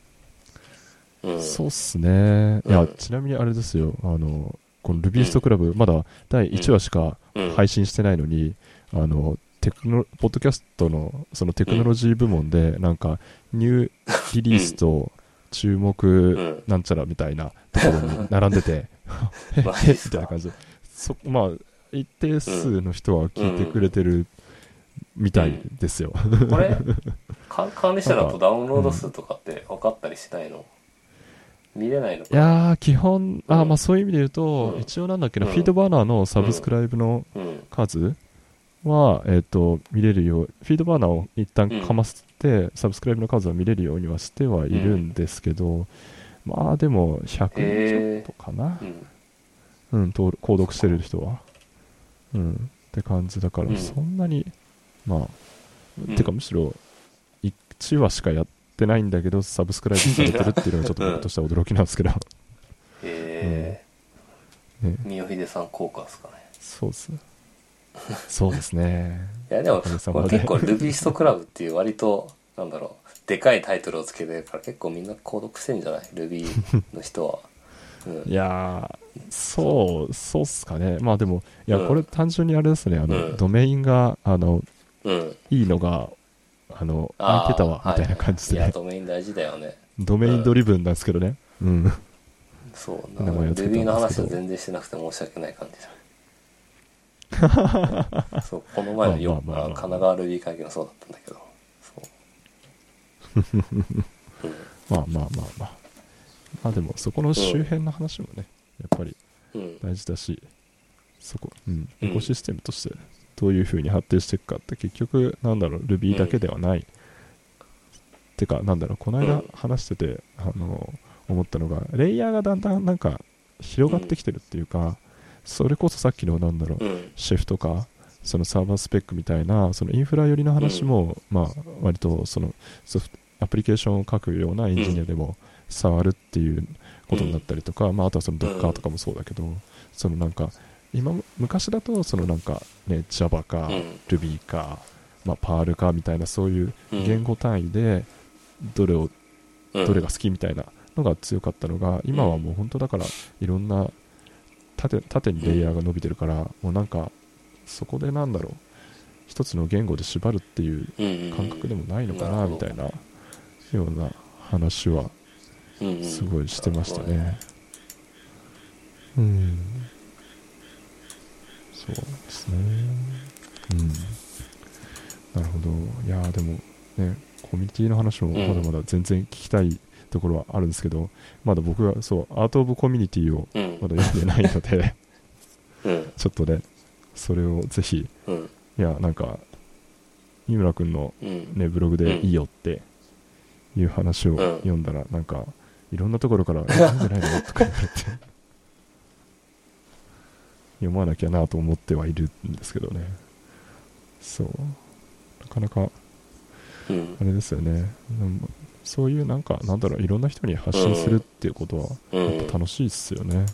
B: そうっすね。いや、ちなみにあれですよ、このルビーストクラブ、まだ第1話しか配信してないのに、ポッドキャストのそのテクノロジー部門でなんかニューリリースと注目なんちゃらみたいなところに並んでてみたいな感じで、まあ一定数の人は聞いてくれてるみたいですよ。
C: これ管理者だとダウンロード数とかって分かったりしないの？見れないのか
B: い
C: な？
B: やー基本、まあそういう意味で言うと、一応なんだっけな、フィードバーナーのサブスクライブの数は、見れるよう、フィードバーナーを一旦かませて、サブスクライブの数は見れるようにはしてはいるんですけど、まあでも100人ちょっとかな、購読してる人は、って感じだから、そんなに、まあ、てかむしろ1話しかやってないんだけどサブスクライブされてるっていうのがちょっと僕としては驚きなんですけど。
C: 三好秀さん効果ですかね。
B: そうですね。
C: いやでもこれ結構ルビーストクラブっていう割となんだろう、でかいタイトルをつけてるから結構みんな購読してんじゃない？ルビーの人は。
B: いやそうっすかね。まあでもいや、これ単純にあれですね、ドメインがいいのが空いてたわみたいな感じで、ね、
C: いやドメイン大事だよね。
B: ドメインドリブンなんですけどね。
C: そうルビーの話は全然してなくて申し訳ない感じだ。そうこの前の神奈川ルビー会議もそうだったんだけど、
B: まあでもそこの周辺の話もね、やっぱり大事だし、エコシステムとしてどういう風に発展していくかって結局なんだろう、Ruby だけではない、てかなんだろう、この間話してて、思ったのがレイヤーがだんだんなんか広がってきてるっていうか、それこそさっきのなんだろう、シェフとかそのサーバースペックみたいなそのインフラ寄りの話も、まあ割とそのアプリケーションを書くようなエンジニアでも触るっていうことになったりとか、まああとはその Docker とかもそうだけど、そのなんか昔だとそのなんかね Java か Ruby か、まあ、Perl かみたいなそういう言語単位でどれが好きみたいなのが強かったのが、今はもう本当だからいろんな縦にレイヤーが伸びてるから、もうなんかそこでなんだろう、一つの言語で縛るっていう感覚でもないのかなみたいなような話はすごいしてましたね。そうですね。なるほど。いやでもね、コミュニティの話もまだまだ全然聞きたいところはあるんですけど、まだ僕はアートオブコミュニティをまだ読んでないので、ちょっとね、それをぜひ、いやなんか三村くんのねブログでいいよっていう話を読んだら、なんかいろんなところから読んでないのとか言われて読まなきゃなと思ってはいるんですけどね。そうなかなかあれですよね。そういうなんだろう、いろんな人に発信するっていうことはやっぱ楽しいっすよね。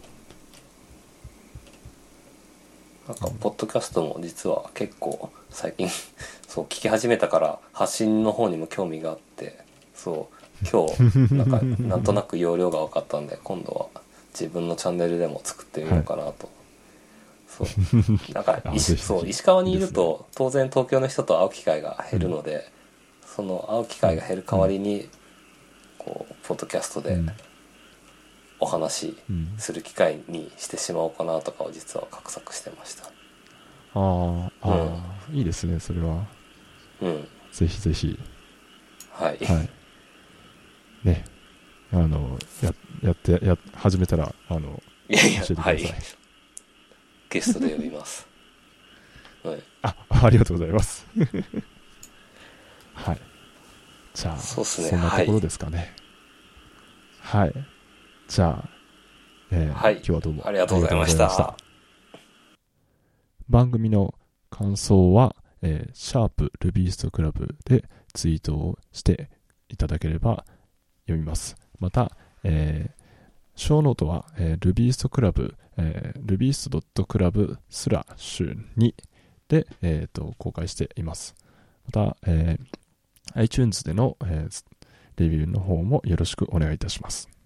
C: なんかポッドキャストも実は結構最近そう聞き始めたから発信の方にも興味があって、そう今日なんとなく容量が分かったんで、今度は自分のチャンネルでも作ってみようかなと。なんか石川にいると当然東京の人と会う機会が減るので、その会う機会が減る代わりにこうポッドキャストでお話しする機会にしてしまおうかなとかを実は画策してました。
B: いいですね、それは。ぜひぜひ。ね、始めたら教えてください。
C: ゲストで呼びます。
B: ありがとうございます。はい。じゃあそんなところですかね。じゃあ、今日はどうも
C: ありがとうございました。
B: 番組の感想は、シャープルビーストクラブでツイートをしていただければ読みます。また、ショーノートは、ルビーストクラブ、ルビースト .club/2 で、公開しています。また、iTunes での、レビューの方もよろしくお願いいたします。